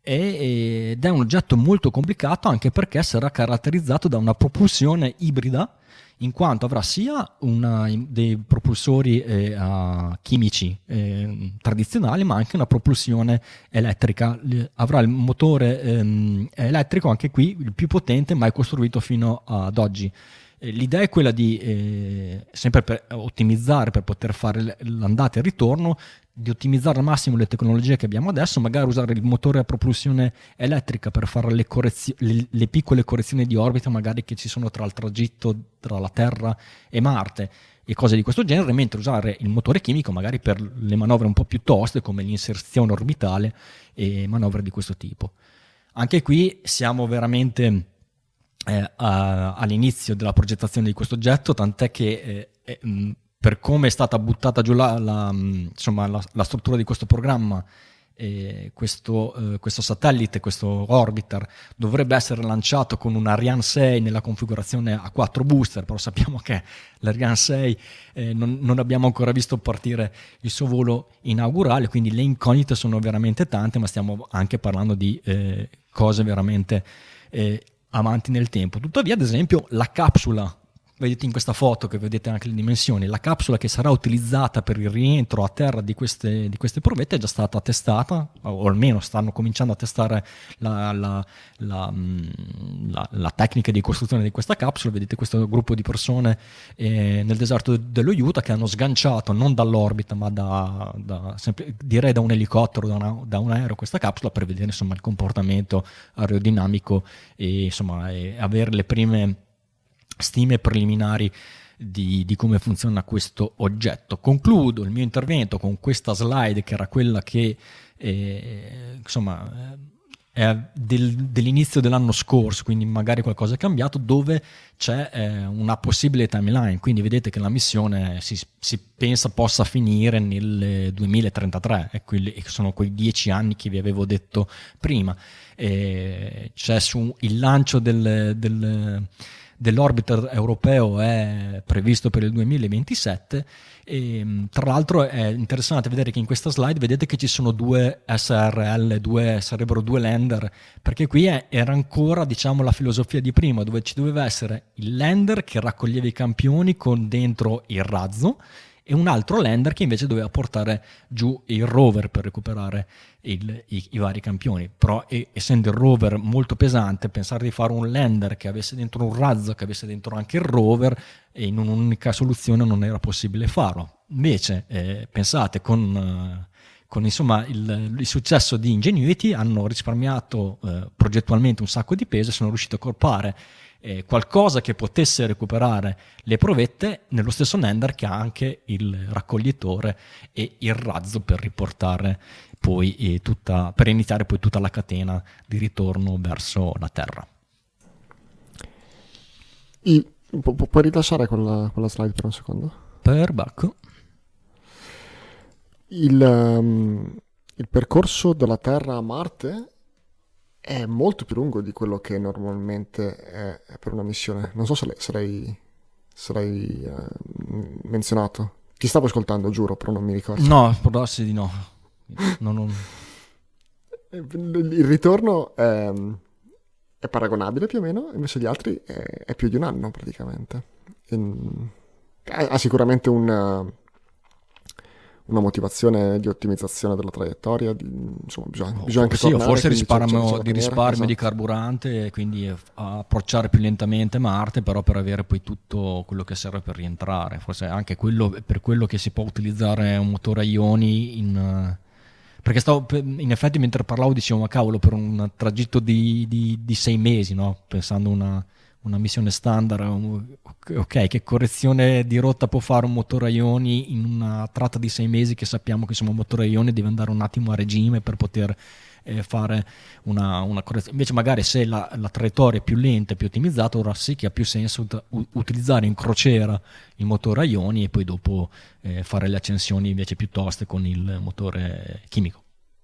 ed è un oggetto molto complicato anche perché sarà caratterizzato da una propulsione ibrida, in quanto avrà sia dei propulsori chimici tradizionali, ma anche una propulsione elettrica. Avrà il motore elettrico, anche qui il più potente mai costruito fino ad oggi. L'idea è quella di, sempre per ottimizzare, per poter fare l'andata e il ritorno, di ottimizzare al massimo le tecnologie che abbiamo adesso, magari usare il motore a propulsione elettrica per fare le piccole correzioni di orbita magari che ci sono tra il tragitto tra la Terra e Marte e cose di questo genere, mentre usare il motore chimico magari per le manovre un po' più toste come l'inserzione orbitale e manovre di questo tipo. Anche qui siamo veramente all'inizio della progettazione di questo oggetto, tant'è che per come è stata buttata giù la struttura di questo programma, questo satellite, questo orbiter dovrebbe essere lanciato con un Ariane 6 nella configurazione a 4 booster, però sappiamo che l'Ariane 6 non abbiamo ancora visto partire il suo volo inaugurale, quindi le incognite sono veramente tante, ma stiamo anche parlando di cose veramente avanti nel tempo. Tuttavia, ad esempio, la capsula, vedete in questa foto che vedete anche le dimensioni, la capsula che sarà utilizzata per il rientro a terra di queste provette è già stata testata, o almeno stanno cominciando a testare la tecnica di costruzione di questa capsula. Vedete questo gruppo di persone nel deserto dello Utah che hanno sganciato non dall'orbita ma direi da un elicottero, da un aereo, questa capsula per vedere insomma il comportamento aerodinamico e insomma avere le prime stime preliminari di come funziona questo oggetto. Concludo il mio intervento con questa slide che era quella che è dell'inizio dell'anno scorso, quindi magari qualcosa è cambiato, dove c'è una possibile timeline. Quindi vedete che la missione si pensa possa finire nel 2033, e sono quei 10 anni che vi avevo detto prima. C'è il lancio dell'orbiter europeo è previsto per il 2027 e tra l'altro è interessante vedere che in questa slide vedete che ci sono due SRL, sarebbero due lander, perché qui era ancora diciamo la filosofia di prima, dove ci doveva essere il lander che raccoglieva i campioni con dentro il razzo e un altro lander che invece doveva portare giù il rover per recuperare i vari campioni. Però essendo il rover molto pesante, pensare di fare un lander che avesse dentro un razzo, che avesse dentro anche il rover, e in un'unica soluzione non era possibile farlo. Invece pensate con insomma il successo di Ingenuity hanno risparmiato progettualmente un sacco di peso e sono riusciti a accorpare qualcosa che potesse recuperare le provette nello stesso lander che ha anche il raccoglitore e il razzo per riportare poi per iniziare poi tutta la catena di ritorno verso la Terra. Puoi rilasciare quella slide per un secondo? Perbacco. Il percorso dalla Terra a Marte è molto più lungo di quello che normalmente è per una missione. Non so se l'hai menzionato. Ti stavo ascoltando, giuro, però non mi ricordo. No, può darsi di no. Il ritorno è paragonabile più o meno, invece gli altri è più di un anno praticamente. Ha sicuramente una motivazione di ottimizzazione della traiettoria, insomma bisogna anche tornare, forse c'è risparmio esatto. di carburante, quindi approcciare più lentamente Marte, però per avere poi tutto quello che serve per rientrare. Forse anche per quello che si può utilizzare un motore a ioni perché in effetti mentre parlavo dicevo ma cavolo, per un tragitto di 6 mesi, no? Pensando una missione standard, ok, che correzione di rotta può fare un motore a ioni in una tratta di 6 mesi, che sappiamo che insomma un motore a ioni deve andare un attimo a regime per poter fare una correzione. Invece magari se la traiettoria è più lenta e più ottimizzata, ora sì che ha più senso utilizzare in crociera il motore a ioni e poi dopo fare le accensioni invece più toste con il motore chimico.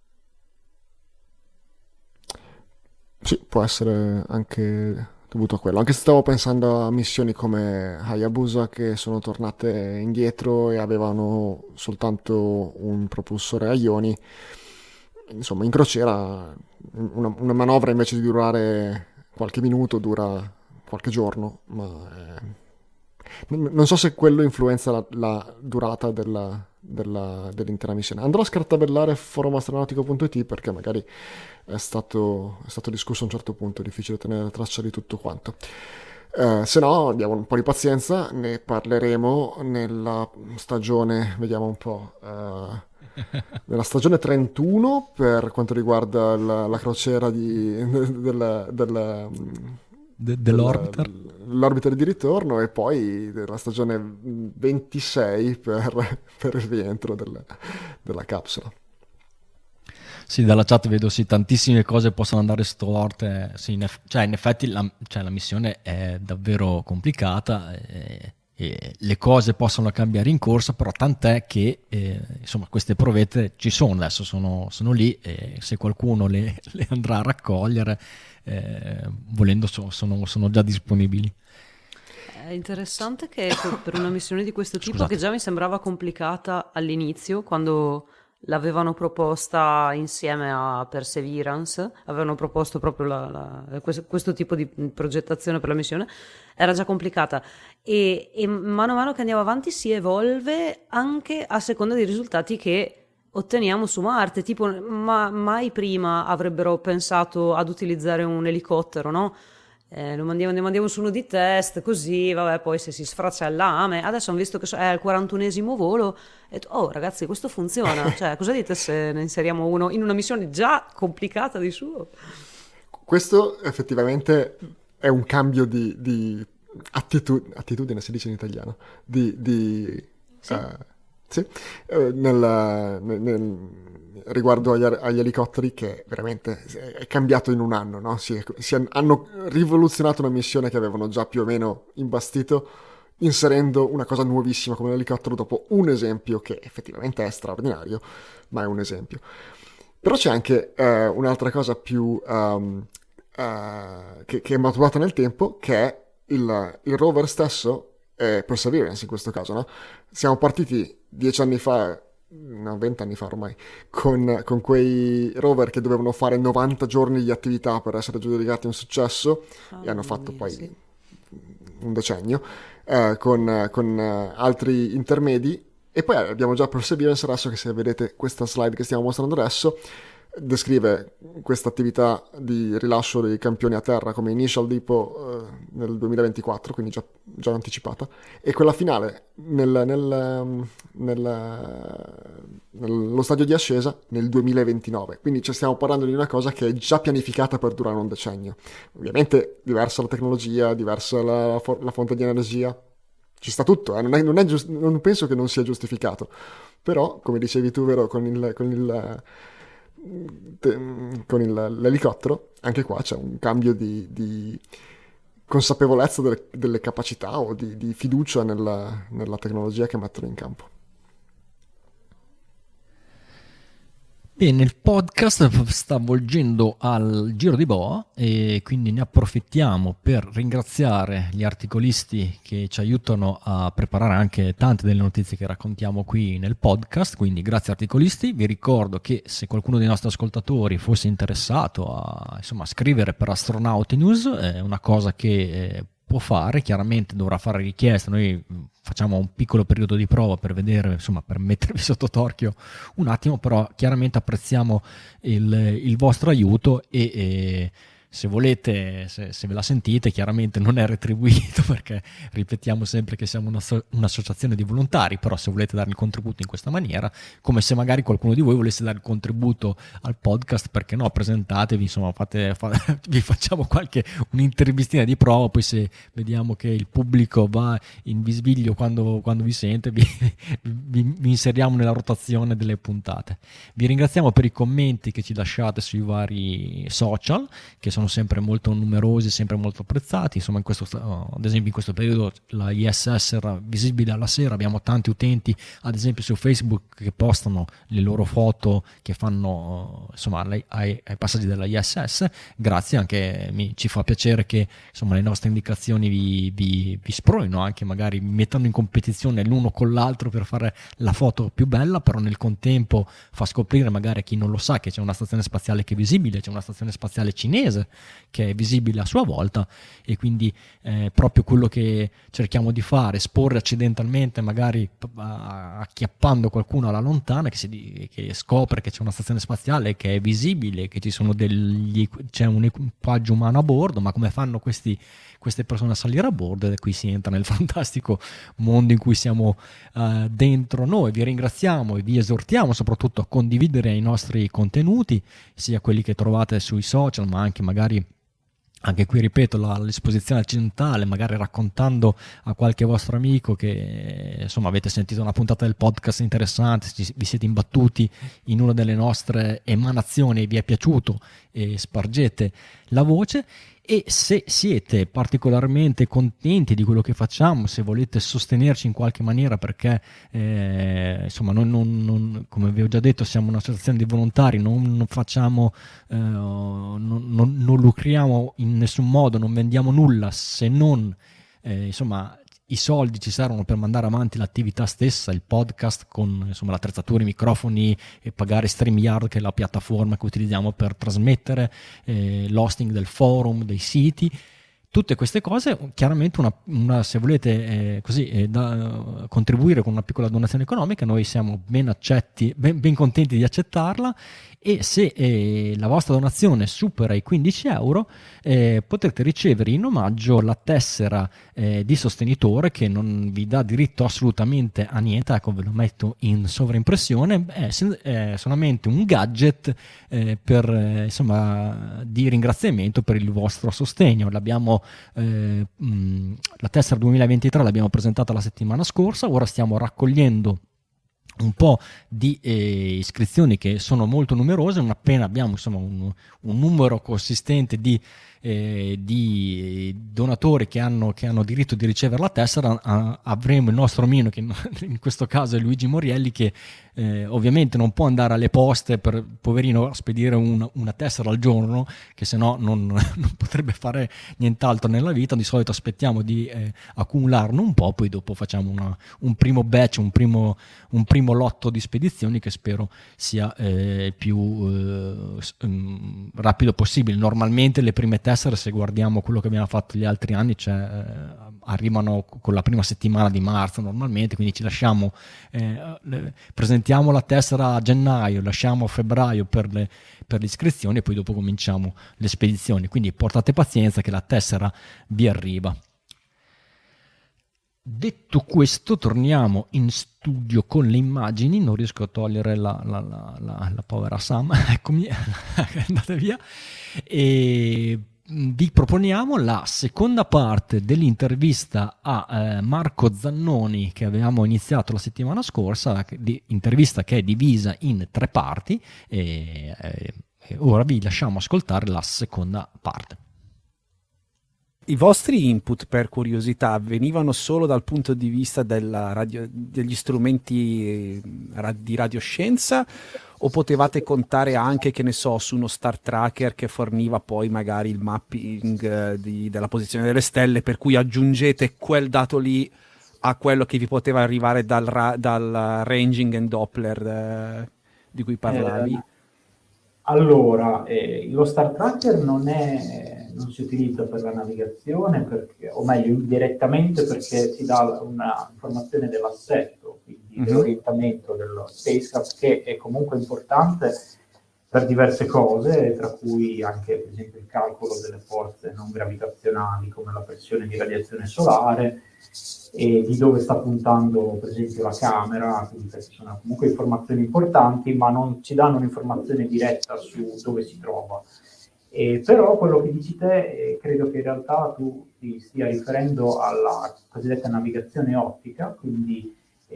Sì, può essere anche dovuto a quello, anche se stavo pensando a missioni come Hayabusa che sono tornate indietro e avevano soltanto un propulsore a ioni. insomma, in crociera una manovra invece di durare qualche minuto dura qualche giorno, ma non so se quello influenza la durata dell'intera missione. Andrò a scartabellare forumastronautico.it perché magari è stato discusso a un certo punto, è difficile tenere traccia di tutto quanto. Se no, abbiamo un po' di pazienza, ne parleremo nella stagione, vediamo un po', nella stagione 31 per quanto riguarda la crociera dell'orbiter di ritorno, e poi della stagione 26 per il rientro della capsula. Sì, dalla chat vedo tantissime cose possono andare storte. Sì, in effetti la missione è davvero complicata e le cose possono cambiare in corsa, però tant'è che insomma queste provette ci sono adesso, sono lì, e se qualcuno le andrà a raccogliere, volendo sono già disponibili. È interessante che per una missione di questo tipo, che già mi sembrava complicata all'inizio, quando l'avevano proposta insieme a Perseverance, avevano proposto proprio questo tipo di progettazione per la missione, era già complicata, e mano a mano che andiamo avanti si evolve anche a seconda dei risultati che otteniamo su Marte. Tipo, mai prima avrebbero pensato ad utilizzare un elicottero, no? Lo mandiamo su uno di test, così, vabbè, poi se si sfracella, adesso hanno visto che è al 41esimo volo, e oh ragazzi, questo funziona, cioè cosa dite se ne inseriamo uno in una missione già complicata di suo? Questo effettivamente è un cambio di attitudine, si dice in italiano, sì? Sì, riguardo agli elicotteri, che veramente è cambiato in un anno, no? Hanno rivoluzionato una missione che avevano già più o meno imbastito, inserendo una cosa nuovissima come l'elicottero dopo un esempio che effettivamente è straordinario, ma è un esempio. Però c'è anche un'altra cosa più che è maturata nel tempo, che è il rover stesso, Perseverance in questo caso, no? Siamo partiti 10 anni fa, no, 20 anni fa ormai, con quei rover che dovevano fare 90 giorni di attività per essere giudicati un successo, e hanno fatto poi un decennio, con altri intermedi, e poi abbiamo già Perseverance adesso, che se vedete questa slide che stiamo mostrando adesso, descrive questa attività di rilascio dei campioni a terra come Initial Depot nel 2024, quindi già anticipata, e quella finale nello stadio di ascesa nel 2029. Quindi stiamo parlando di una cosa che è già pianificata per durare un decennio. Ovviamente diversa la tecnologia, diversa la fonte di energia, ci sta tutto, non penso che non sia giustificato, però come dicevi tu, vero, con l'elicottero, anche qua c'è un cambio di consapevolezza delle capacità o di fiducia nella tecnologia che mettono in campo. Bene, il podcast sta volgendo al giro di boa, e quindi ne approfittiamo per ringraziare gli articolisti che ci aiutano a preparare anche tante delle notizie che raccontiamo qui nel podcast. Quindi grazie articolisti. Vi ricordo che se qualcuno dei nostri ascoltatori fosse interessato a scrivere per Astronauti News, è una cosa che può fare. Chiaramente dovrà fare richiesta, noi facciamo un piccolo periodo di prova per vedere, per mettervi sotto torchio un attimo, però chiaramente apprezziamo il vostro aiuto, e se volete, se ve la sentite, chiaramente non è retribuito, perché ripetiamo sempre che siamo un'associazione di volontari, però se volete dare il contributo in questa maniera, come se magari qualcuno di voi volesse dare il contributo al podcast, perché no, presentatevi, vi facciamo un'intervistina di prova, poi se vediamo che il pubblico va in bisbiglio quando vi sente, vi inseriamo nella rotazione delle puntate. Vi ringraziamo per i commenti che ci lasciate sui vari social, che sono sono sempre molto numerosi, sempre molto apprezzati. Insomma, ad esempio in questo periodo la ISS era visibile alla sera, abbiamo tanti utenti ad esempio su Facebook che postano le loro foto che fanno insomma ai passaggi della ISS. Grazie, anche ci fa piacere che insomma le nostre indicazioni vi spronino, anche magari mettendo in competizione l'uno con l'altro per fare la foto più bella, però nel contempo fa scoprire magari a chi non lo sa che c'è una stazione spaziale che è visibile, c'è una stazione spaziale cinese che è visibile a sua volta, e quindi proprio quello che cerchiamo di fare, esporre accidentalmente magari acchiappando qualcuno alla lontana che scopre che c'è una stazione spaziale che è visibile, che c'è un equipaggio umano a bordo, ma come fanno queste persone a salire a bordo? E qui si entra nel fantastico mondo in cui siamo dentro noi. Vi ringraziamo e vi esortiamo soprattutto a condividere i nostri contenuti, sia quelli che trovate sui social, ma anche magari anche qui, ripeto, l'esposizione occidentale, magari raccontando a qualche vostro amico che insomma avete sentito una puntata del podcast interessante, vi siete imbattuti in una delle nostre emanazioni e vi è piaciuto, e spargete la voce. E se siete particolarmente contenti di quello che facciamo, se volete sostenerci in qualche maniera, perché insomma come vi ho già detto, siamo un'associazione di volontari, non facciamo, non lucriamo in nessun modo, non vendiamo nulla, se non insomma i soldi ci servono per mandare avanti l'attività stessa, il podcast, con insomma l'attrezzatura, i microfoni, e pagare StreamYard, che è la piattaforma che utilizziamo per trasmettere, l'hosting del forum, dei siti. Tutte queste cose, chiaramente se volete contribuire con una piccola donazione economica, noi siamo ben contenti di accettarla, e se la vostra donazione supera i 15 euro potrete ricevere in omaggio la tessera di sostenitore, che non vi dà diritto assolutamente a niente. Ecco, ve lo metto in sovraimpressione, è solamente un gadget insomma di ringraziamento per il vostro sostegno. La tessera 2023 l'abbiamo presentata la settimana scorsa, ora stiamo raccogliendo un po' di iscrizioni che sono molto numerose. Non appena abbiamo insomma un numero consistente di donatori che hanno diritto di ricevere la tessera, avremo il nostro omino, che in questo caso è Luigi Morielli, che ovviamente non può andare alle poste per, poverino, spedire una tessera al giorno, che se no non potrebbe fare nient'altro nella vita. Di solito aspettiamo di accumularne un po', poi dopo facciamo un primo batch, un primo lotto di spedizioni, che spero sia il più rapido possibile. Normalmente le prime tessere, se guardiamo quello che abbiamo fatto gli altri anni, arrivano con la prima settimana di marzo normalmente, quindi ci lasciamo, presentiamo la tessera a gennaio, lasciamo a febbraio per le iscrizioni, e poi dopo cominciamo le spedizioni. Quindi portate pazienza che la tessera vi arriva. Detto questo, torniamo in studio con le immagini. Non riesco a togliere la povera Sam, eccomi, è andata via. E vi proponiamo la seconda parte dell'intervista a Marco Zannoni, che avevamo iniziato la settimana scorsa, intervista che è divisa in 3 parti, e ora vi lasciamo ascoltare la seconda parte. I vostri input, per curiosità, venivano solo dal punto di vista degli strumenti di radioscienza, o potevate contare anche, che ne so, su uno Star Tracker che forniva poi magari il mapping della posizione delle stelle, per cui aggiungete quel dato lì a quello che vi poteva arrivare dal ranging and Doppler di cui parlavi? Allora, lo Star Tracker non si utilizza per la navigazione, o meglio indirettamente, perché si dà una informazione dell'assetto, quindi dell'orientamento dello spacecraft, che è comunque importante per diverse cose, tra cui anche per esempio il calcolo delle forze non gravitazionali, come la pressione di radiazione solare, e di dove sta puntando per esempio la camera. Quindi queste sono comunque informazioni importanti, ma non ci danno un'informazione diretta su dove si trova. Però quello che dici te, credo che in realtà tu ti stia riferendo alla cosiddetta navigazione ottica, quindi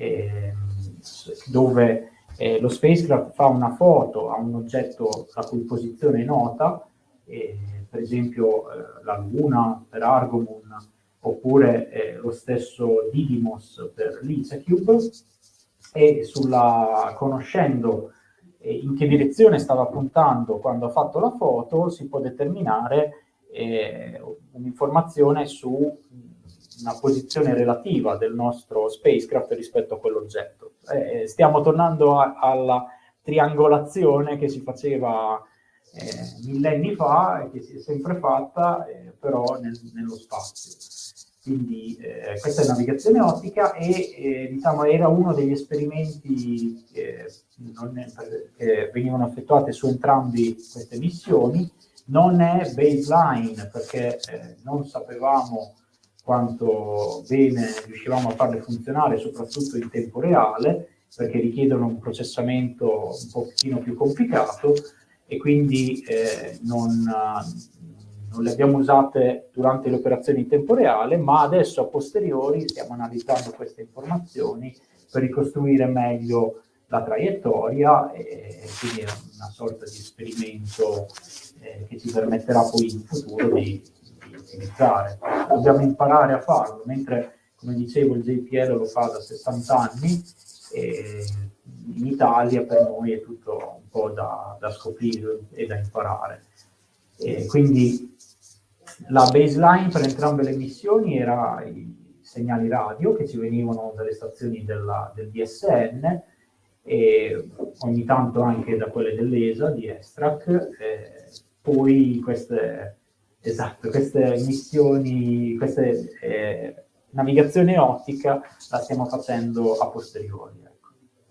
dove lo spacecraft fa una foto a un oggetto la cui posizione è nota, per esempio la Luna per Argomun, oppure lo stesso Didymos per l'IsaCube, e conoscendo in che direzione stava puntando quando ha fatto la foto, si può determinare un'informazione su una posizione relativa del nostro spacecraft rispetto a quell'oggetto. Stiamo tornando alla triangolazione che si faceva millenni fa e che si è sempre fatta, però nello spazio. Quindi questa è navigazione ottica e diciamo era uno degli esperimenti che venivano effettuati su entrambi queste missioni. Non è baseline perché non sapevamo quanto bene riuscivamo a farle funzionare, soprattutto in tempo reale, perché richiedono un processamento un pochino più complicato, e quindi non le abbiamo usate durante le operazioni in tempo reale, ma adesso a posteriori stiamo analizzando queste informazioni per ricostruire meglio la traiettoria, e quindi è una sorta di esperimento che ci permetterà poi in futuro di utilizzare. Dobbiamo imparare a farlo, mentre, come dicevo, il JPL lo fa da 60 anni, e in Italia per noi è tutto un po' da scoprire e da imparare. Quindi la baseline per entrambe le missioni era i segnali radio che ci venivano dalle stazioni del DSN, e ogni tanto anche da quelle dell'ESA di ESTRAC. Poi queste missioni, navigazione ottica la stiamo facendo a posteriori. Ecco.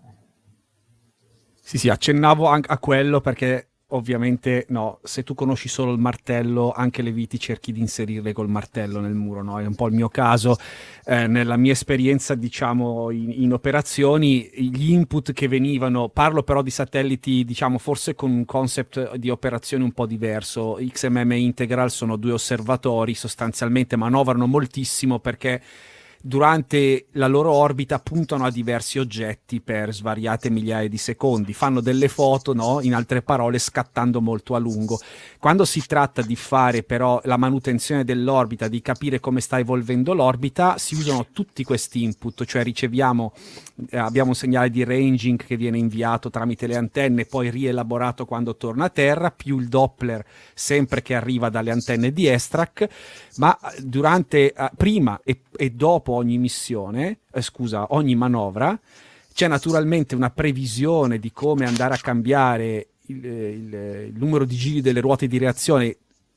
Sì, accennavo anche a quello perché ovviamente no, se tu conosci solo il martello, anche le viti cerchi di inserirle col martello nel muro, no? È un po' il mio caso. Nella mia esperienza, diciamo, in operazioni, gli input che venivano, parlo però di satelliti, diciamo, forse con un concept di operazione un po' diverso. XMM e Integral sono 2 osservatori, sostanzialmente manovrano moltissimo perché durante la loro orbita puntano a diversi oggetti per svariate migliaia di secondi, fanno delle foto, no? In altre parole scattando molto a lungo. Quando si tratta di fare però la manutenzione dell'orbita, di capire come sta evolvendo l'orbita, si usano tutti questi input, cioè abbiamo un segnale di ranging che viene inviato tramite le antenne, poi rielaborato quando torna a terra, più il Doppler sempre che arriva dalle antenne di ESTRAC, ma prima e dopo ogni missione, ogni manovra, c'è naturalmente una previsione di come andare a cambiare il numero di giri delle ruote di reazione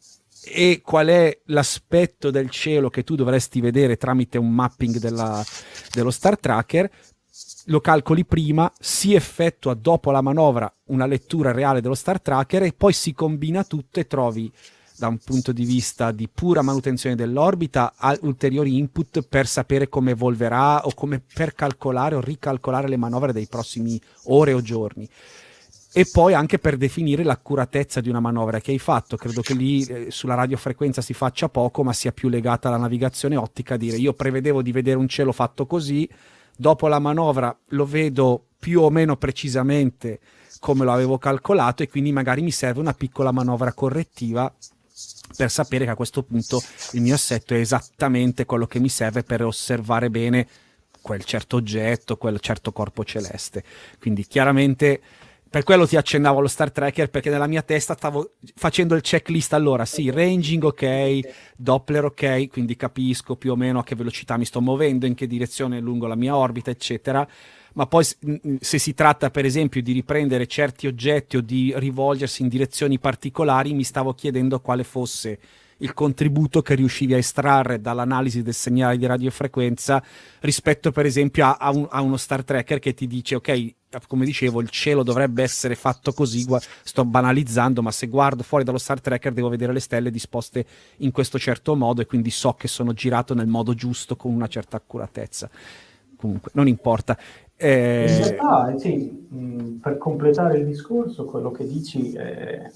e qual è l'aspetto del cielo che tu dovresti vedere tramite un mapping dello Star Tracker. Lo calcoli prima, si effettua dopo la manovra una lettura reale dello Star Tracker e poi si combina tutto e trovi, da un punto di vista di pura manutenzione dell'orbita, ulteriori input per sapere come evolverà o come per calcolare o ricalcolare le manovre dei prossimi ore o giorni, e poi anche per definire l'accuratezza di una manovra che hai fatto. Credo che lì sulla radiofrequenza si faccia poco, ma sia più legata alla navigazione ottica, dire io prevedevo di vedere un cielo fatto così, dopo la manovra lo vedo più o meno precisamente come lo avevo calcolato, e quindi magari mi serve una piccola manovra correttiva per sapere che a questo punto il mio assetto è esattamente quello che mi serve per osservare bene quel certo oggetto, quel certo corpo celeste. Quindi chiaramente per quello ti accennavo allo Star Tracker, perché nella mia testa stavo facendo il checklist. Allora sì, ranging ok, Doppler ok, quindi capisco più o meno a che velocità mi sto muovendo, in che direzione lungo la mia orbita, eccetera. Ma poi se si tratta per esempio di riprendere certi oggetti o di rivolgersi in direzioni particolari, mi stavo chiedendo quale fosse il contributo che riuscivi a estrarre dall'analisi del segnale di radiofrequenza rispetto per esempio a uno Star Tracker che ti dice ok, come dicevo, il cielo dovrebbe essere fatto così, sto banalizzando, ma se guardo fuori dallo Star Tracker devo vedere le stelle disposte in questo certo modo e quindi so che sono girato nel modo giusto con una certa accuratezza. Comunque non importa. In realtà, sì, per completare il discorso, quello che dici è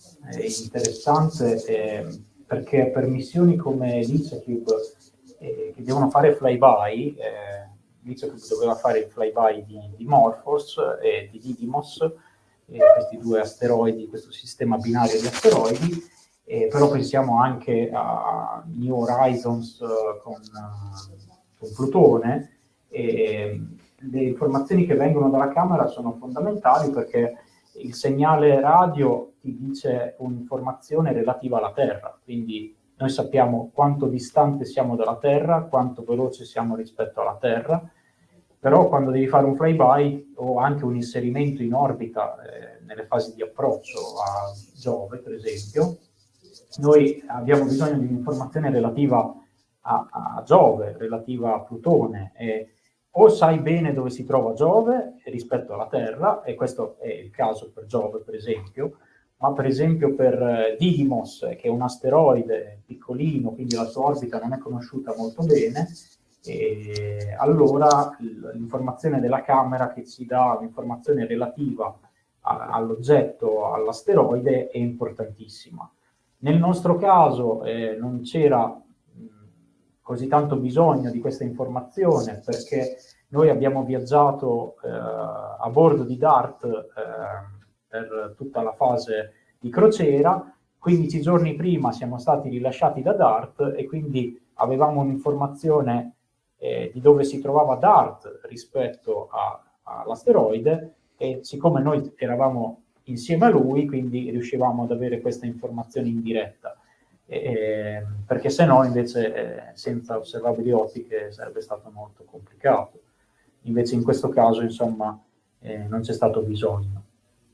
interessante, perché per missioni come l'IsaCube che devono fare flyby, l'IsaCube doveva fare il flyby di Morphos e di Didymos, questi 2 asteroidi, questo sistema binario di asteroidi, Però pensiamo anche a New Horizons con Plutone, e le informazioni che vengono dalla camera sono fondamentali perché il segnale radio ti dice un'informazione relativa alla Terra, quindi noi sappiamo quanto distante siamo dalla Terra, quanto veloce siamo rispetto alla Terra, però quando devi fare un flyby o anche un inserimento in orbita nelle fasi di approccio a Giove, per esempio, noi abbiamo bisogno di un'informazione relativa a Giove, relativa a Plutone, o sai bene dove si trova Giove rispetto alla Terra, e questo è il caso per Giove, per esempio, ma per esempio per Didymos, che è un asteroide piccolino, quindi la sua orbita non è conosciuta molto bene, e allora l'informazione della camera che ci dà un'informazione relativa all'oggetto, all'asteroide, è importantissima. Nel nostro caso non c'era così tanto bisogno di questa informazione perché noi abbiamo viaggiato a bordo di DART per tutta la fase di crociera. 15 giorni prima siamo stati rilasciati da DART e quindi avevamo un'informazione di dove si trovava DART rispetto all'asteroide, e siccome noi eravamo insieme a lui, quindi riuscivamo ad avere questa informazione in diretta. Perché se no invece senza osservabili ottiche sarebbe stato molto complicato. Invece in questo caso insomma non c'è stato bisogno.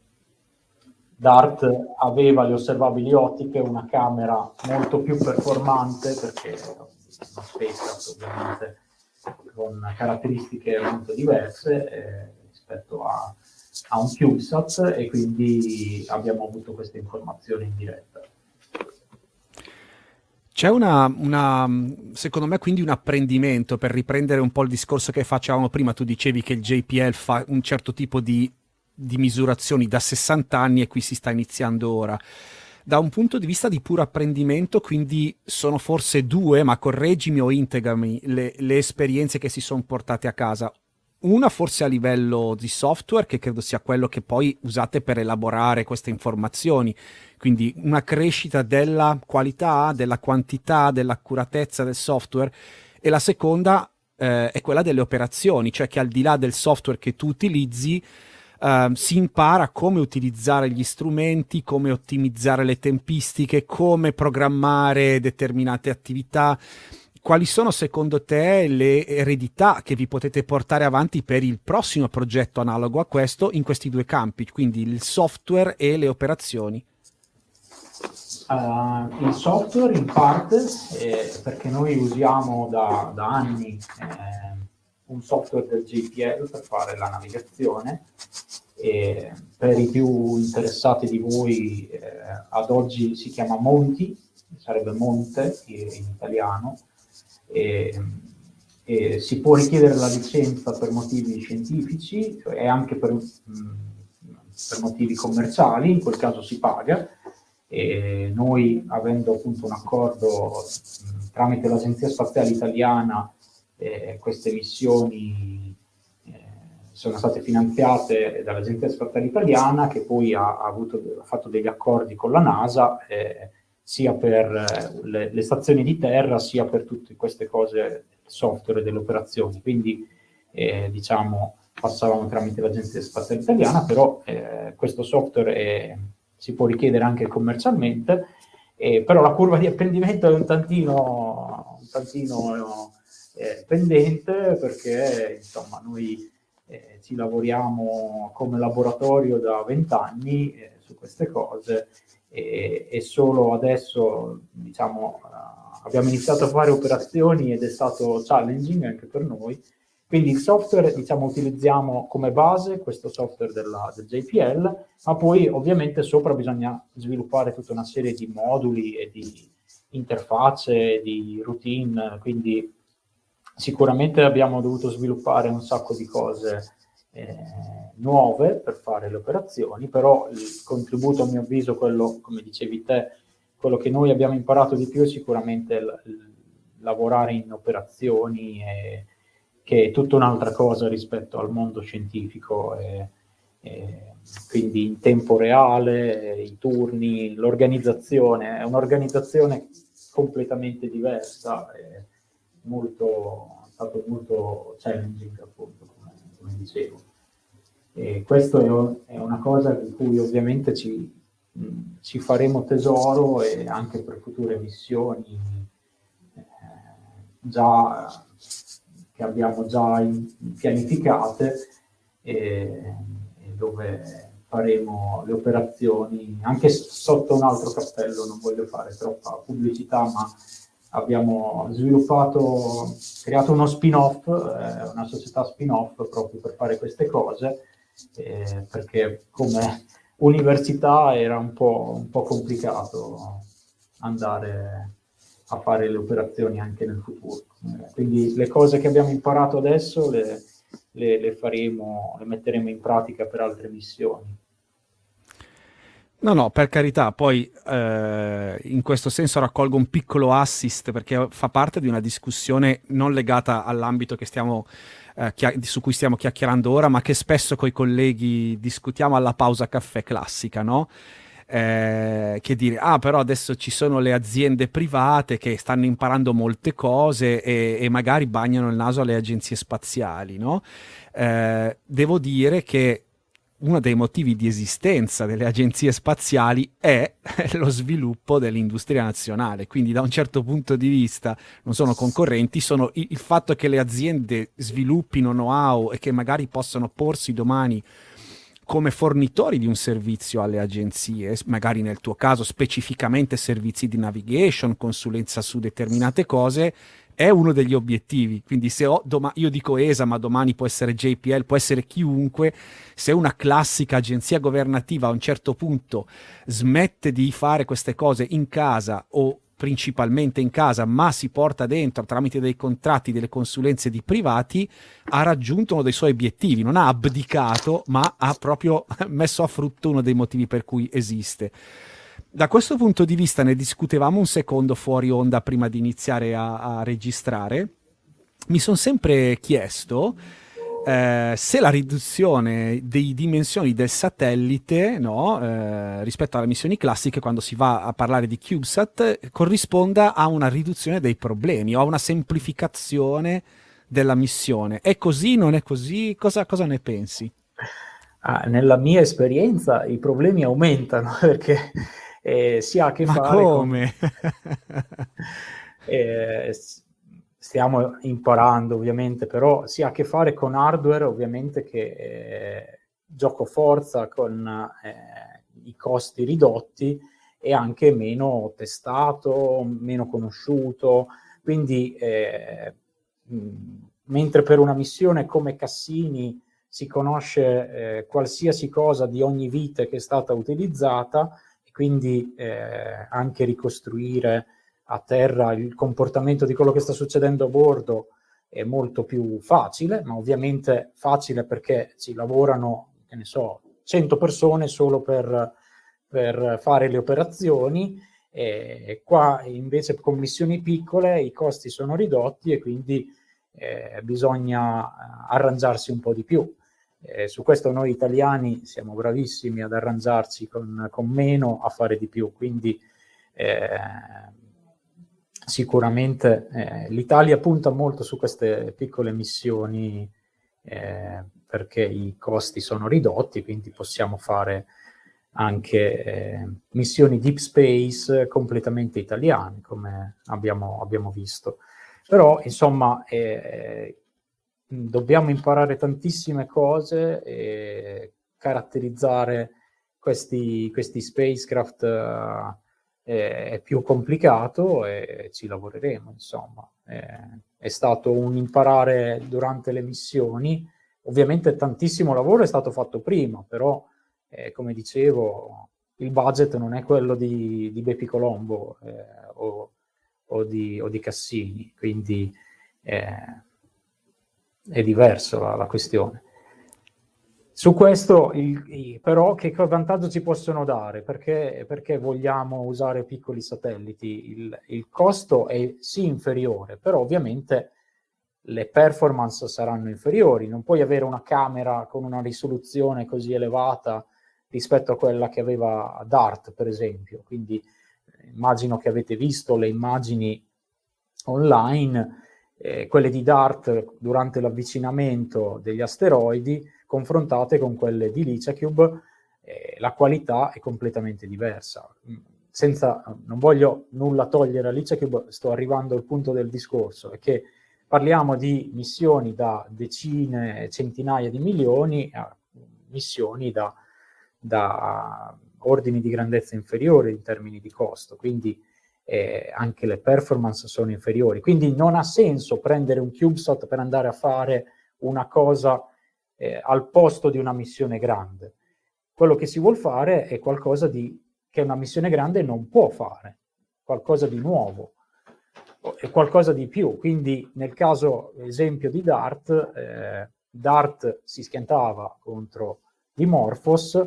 DART aveva le osservabili ottiche, una camera molto più performante perché una SpaceCraft ovviamente con caratteristiche molto diverse rispetto a un CubeSat, e quindi abbiamo avuto queste informazioni in diretta. C'è secondo me quindi un apprendimento, per riprendere un po' il discorso che facevamo prima. Tu dicevi che il JPL fa un certo tipo di misurazioni da 60 anni e qui si sta iniziando ora. Da un punto di vista di puro apprendimento, quindi sono forse due, ma correggimi o integrami, le esperienze che si sono portate a casa. Una forse a livello di software, che credo sia quello che poi usate per elaborare queste informazioni, quindi una crescita della qualità, della quantità, dell'accuratezza del software, e la seconda è quella delle operazioni, cioè che al di là del software che tu utilizzi si impara come utilizzare gli strumenti, come ottimizzare le tempistiche, come programmare determinate attività. Quali sono secondo te le eredità che vi potete portare avanti per il prossimo progetto analogo a questo in questi due campi, quindi il software e le operazioni? Il software in parte, perché noi usiamo da anni un software del JPL per fare la navigazione, e per i più interessati di voi ad oggi si chiama Monty, sarebbe Monte in italiano, e si può richiedere la licenza per motivi scientifici e anche per motivi commerciali, in quel caso si paga. E noi, avendo appunto un accordo tramite l'Agenzia Spaziale Italiana, queste missioni sono state finanziate dall'Agenzia Spaziale Italiana, che poi ha fatto degli accordi con la NASA, sia per le stazioni di terra, sia per tutte queste cose, software delle operazioni. Quindi diciamo passavamo tramite l'Agenzia Spaziale Italiana, però questo software si può richiedere anche commercialmente, però la curva di apprendimento è un tantino pendente, perché insomma noi ci lavoriamo come laboratorio da 20 anni su queste cose, e solo adesso diciamo abbiamo iniziato a fare operazioni ed è stato challenging anche per noi. Quindi il software, diciamo, utilizziamo come base questo software del JPL, ma poi ovviamente sopra bisogna sviluppare tutta una serie di moduli e di interfacce, di routine, quindi sicuramente abbiamo dovuto sviluppare un sacco di cose nuove per fare le operazioni, però il contributo, a mio avviso, quello, come dicevi te, quello che noi abbiamo imparato di più è sicuramente il lavorare in operazioni, che è tutta un'altra cosa rispetto al mondo scientifico, quindi in tempo reale, i turni, l'organizzazione, è un'organizzazione completamente diversa, è stato molto challenging, appunto, come dicevo. E questo è una cosa di cui ovviamente ci faremo tesoro, e anche per future missioni già che abbiamo già pianificate, e dove faremo le operazioni anche sotto un altro cappello. Non voglio fare troppa pubblicità, ma abbiamo creato uno spin-off, una società spin-off proprio per fare queste cose, perché come università era un po' complicato andare a fare le operazioni anche nel futuro. Quindi le cose che abbiamo imparato adesso le faremo, le metteremo in pratica per altre missioni. No, per carità, poi in questo senso raccolgo un piccolo assist, perché fa parte di una discussione non legata all'ambito che su cui stiamo chiacchierando ora, ma che spesso coi colleghi discutiamo alla pausa caffè classica, no? Che dire, però adesso ci sono le aziende private che stanno imparando molte cose e magari bagnano il naso alle agenzie spaziali, no? Devo dire che uno dei motivi di esistenza delle agenzie spaziali è lo sviluppo dell'industria nazionale, quindi da un certo punto di vista non sono concorrenti, sono il fatto che le aziende sviluppino know-how e che magari possano porsi domani come fornitori di un servizio alle agenzie, magari nel tuo caso specificamente servizi di navigation, consulenza su determinate cose, è uno degli obiettivi. Quindi se io dico ESA, ma domani può essere JPL, può essere chiunque, se una classica agenzia governativa a un certo punto smette di fare queste cose in casa o principalmente in casa, ma si porta dentro tramite dei contratti, delle consulenze di privati, ha raggiunto uno dei suoi obiettivi, non ha abdicato, ma ha proprio messo a frutto uno dei motivi per cui esiste. Da questo punto di vista ne discutevamo un secondo fuori onda prima di iniziare a registrare. Mi sono sempre chiesto se la riduzione dei dimensioni del satellite, no, rispetto alle missioni classiche, quando si va a parlare di CubeSat, corrisponda a una riduzione dei problemi o a una semplificazione della missione. È così? Non è così? Cosa ne pensi? Nella mia esperienza i problemi aumentano, perché si ha a che fare come? Stiamo imparando ovviamente, però si ha a che fare con hardware ovviamente che gioco forza con i costi ridotti e anche meno testato, meno conosciuto, quindi mentre per una missione come Cassini si conosce qualsiasi cosa di ogni vite che è stata utilizzata, e quindi anche ricostruire a terra il comportamento di quello che sta succedendo a bordo è molto più facile, ma ovviamente facile perché ci lavorano, 100 persone solo per fare le operazioni, e qua invece con missioni piccole i costi sono ridotti e quindi bisogna arrangiarsi un po' di più. Su questo noi italiani siamo bravissimi ad arrangiarci con meno a fare di più, quindi sicuramente l'Italia punta molto su queste piccole missioni perché i costi sono ridotti, quindi possiamo fare anche missioni deep space completamente italiane, come abbiamo visto. Però insomma dobbiamo imparare tantissime cose e caratterizzare questi spacecraft è più complicato e ci lavoreremo, insomma. È stato un imparare durante le missioni. Ovviamente tantissimo lavoro è stato fatto prima, però come dicevo il budget non è quello di Bepi Colombo o di Cassini, quindi è diverso la questione. Su questo, però, che vantaggio ci possono dare? Perché vogliamo usare piccoli satelliti? Il costo è sì inferiore, però ovviamente le performance saranno inferiori. Non puoi avere una camera con una risoluzione così elevata rispetto a quella che aveva DART, per esempio. Quindi immagino che avete visto le immagini online, quelle di DART durante l'avvicinamento degli asteroidi, confrontate con quelle di LiCaCube. La qualità è completamente diversa. Non voglio nulla togliere a LiCaCube, sto arrivando al punto del discorso, è che parliamo di missioni da decine, centinaia di milioni a missioni da ordini di grandezza inferiori in termini di costo, quindi anche le performance sono inferiori. Quindi non ha senso prendere un CubeSat per andare a fare una cosa al posto di una missione grande. Quello che si vuol fare è qualcosa che una missione grande non può fare, qualcosa di nuovo, e qualcosa di più. Quindi nel caso esempio di DART, DART si schiantava contro Dimorphos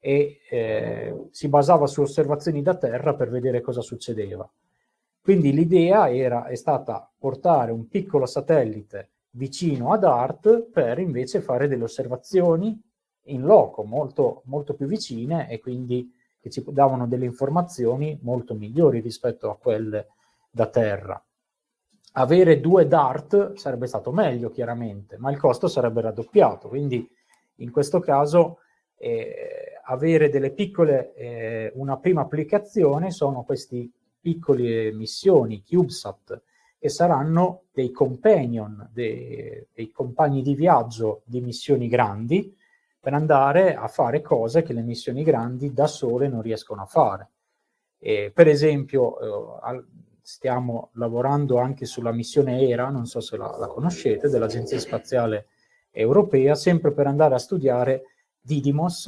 e si basava su osservazioni da terra per vedere cosa succedeva. Quindi l'idea è stata portare un piccolo satellite vicino a DART per invece fare delle osservazioni in loco molto, molto più vicine, e quindi che ci davano delle informazioni molto migliori rispetto a quelle da terra. Avere 2 DART sarebbe stato meglio, chiaramente, ma il costo sarebbe raddoppiato. Quindi in questo caso avere delle piccole, una prima applicazione sono questi piccole missioni CubeSat, che saranno dei companion, dei compagni di viaggio di missioni grandi, per andare a fare cose che le missioni grandi da sole non riescono a fare. Per esempio, stiamo lavorando anche sulla missione ERA, non so se la conoscete, dell'Agenzia Spaziale Europea, sempre per andare a studiare Didymos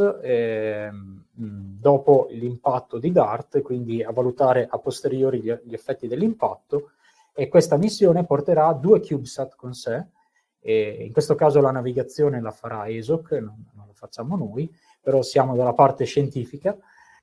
dopo l'impatto di DART, quindi a valutare a posteriori gli effetti dell'impatto, e questa missione porterà 2 CubeSat con sé. In questo caso la navigazione la farà ESOC, non la facciamo noi, però siamo dalla parte scientifica.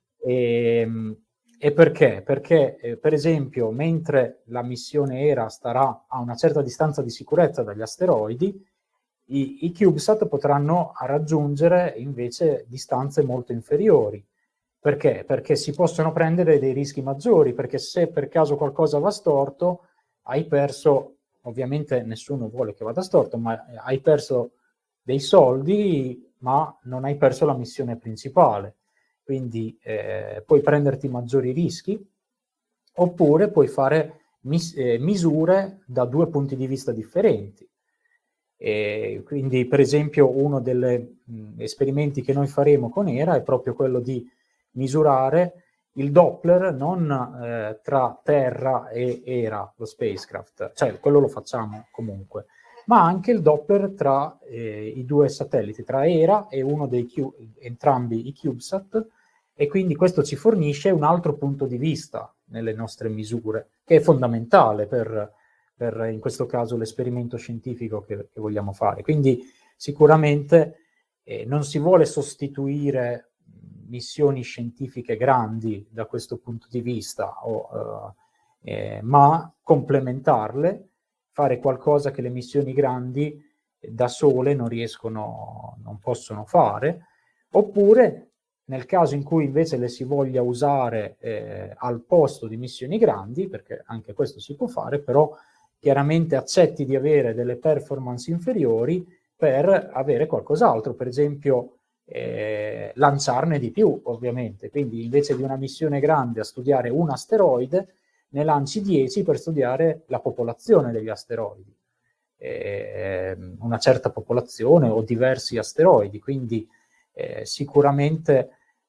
E perché? Perché, per esempio, mentre la missione ERA starà a una certa distanza di sicurezza dagli asteroidi, i CubeSat potranno raggiungere invece distanze molto inferiori. Perché? Perché si possono prendere dei rischi maggiori, perché se per caso qualcosa va storto, hai perso, ovviamente nessuno vuole che vada storto, ma hai perso dei soldi, ma non hai perso la missione principale. Quindi puoi prenderti maggiori rischi, oppure puoi fare misure da 2 punti di vista differenti. Quindi, per esempio, uno degli esperimenti che noi faremo con ERA è proprio quello di misurare il Doppler non tra Terra e ERA, lo spacecraft, cioè quello lo facciamo comunque, ma anche il Doppler tra i 2 satelliti, tra ERA e uno entrambi i CubeSat, e quindi questo ci fornisce un altro punto di vista nelle nostre misure, che è fondamentale per in questo caso l'esperimento scientifico che vogliamo fare. Quindi sicuramente non si vuole sostituire missioni scientifiche grandi da questo punto di vista, ma complementarle, fare qualcosa che le missioni grandi da sole non possono fare, oppure nel caso in cui invece le si voglia usare al posto di missioni grandi, perché anche questo si può fare, però chiaramente accetti di avere delle performance inferiori per avere qualcos'altro, per esempio lanciarne di più, ovviamente. Quindi invece di una missione grande a studiare un asteroide, ne lanci 10 per studiare la popolazione degli asteroidi, una certa popolazione o diversi asteroidi. Quindi sicuramente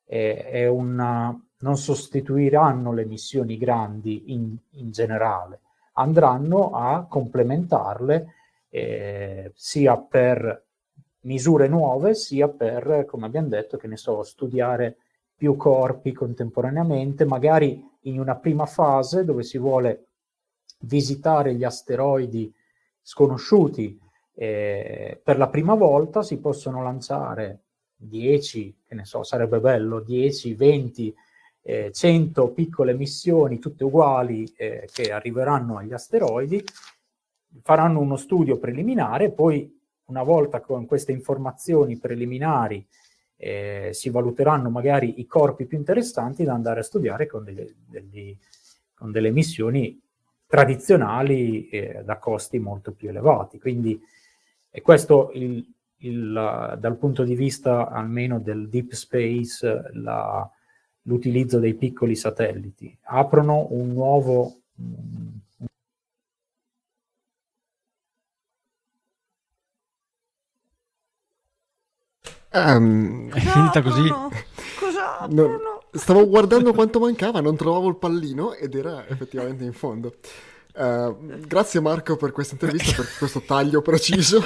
non sostituiranno le missioni grandi in generale, andranno a complementarle sia per misure nuove, sia per, come abbiamo detto, che ne so, studiare più corpi contemporaneamente, magari in una prima fase dove si vuole visitare gli asteroidi sconosciuti. Per la prima volta si possono lanciare 10, che ne so, sarebbe bello, 10, 20, 100 piccole missioni, tutte uguali, che arriveranno agli asteroidi, faranno uno studio preliminare, poi una volta con queste informazioni preliminari si valuteranno magari i corpi più interessanti da andare a studiare con delle missioni tradizionali da costi molto più elevati. Quindi è questo dal punto di vista almeno del deep space, l'utilizzo dei piccoli satelliti. Aprono un nuovo... È finita così. No, stavo guardando quanto mancava, non trovavo il pallino ed era effettivamente in fondo. Grazie Marco per questa intervista, per questo taglio preciso.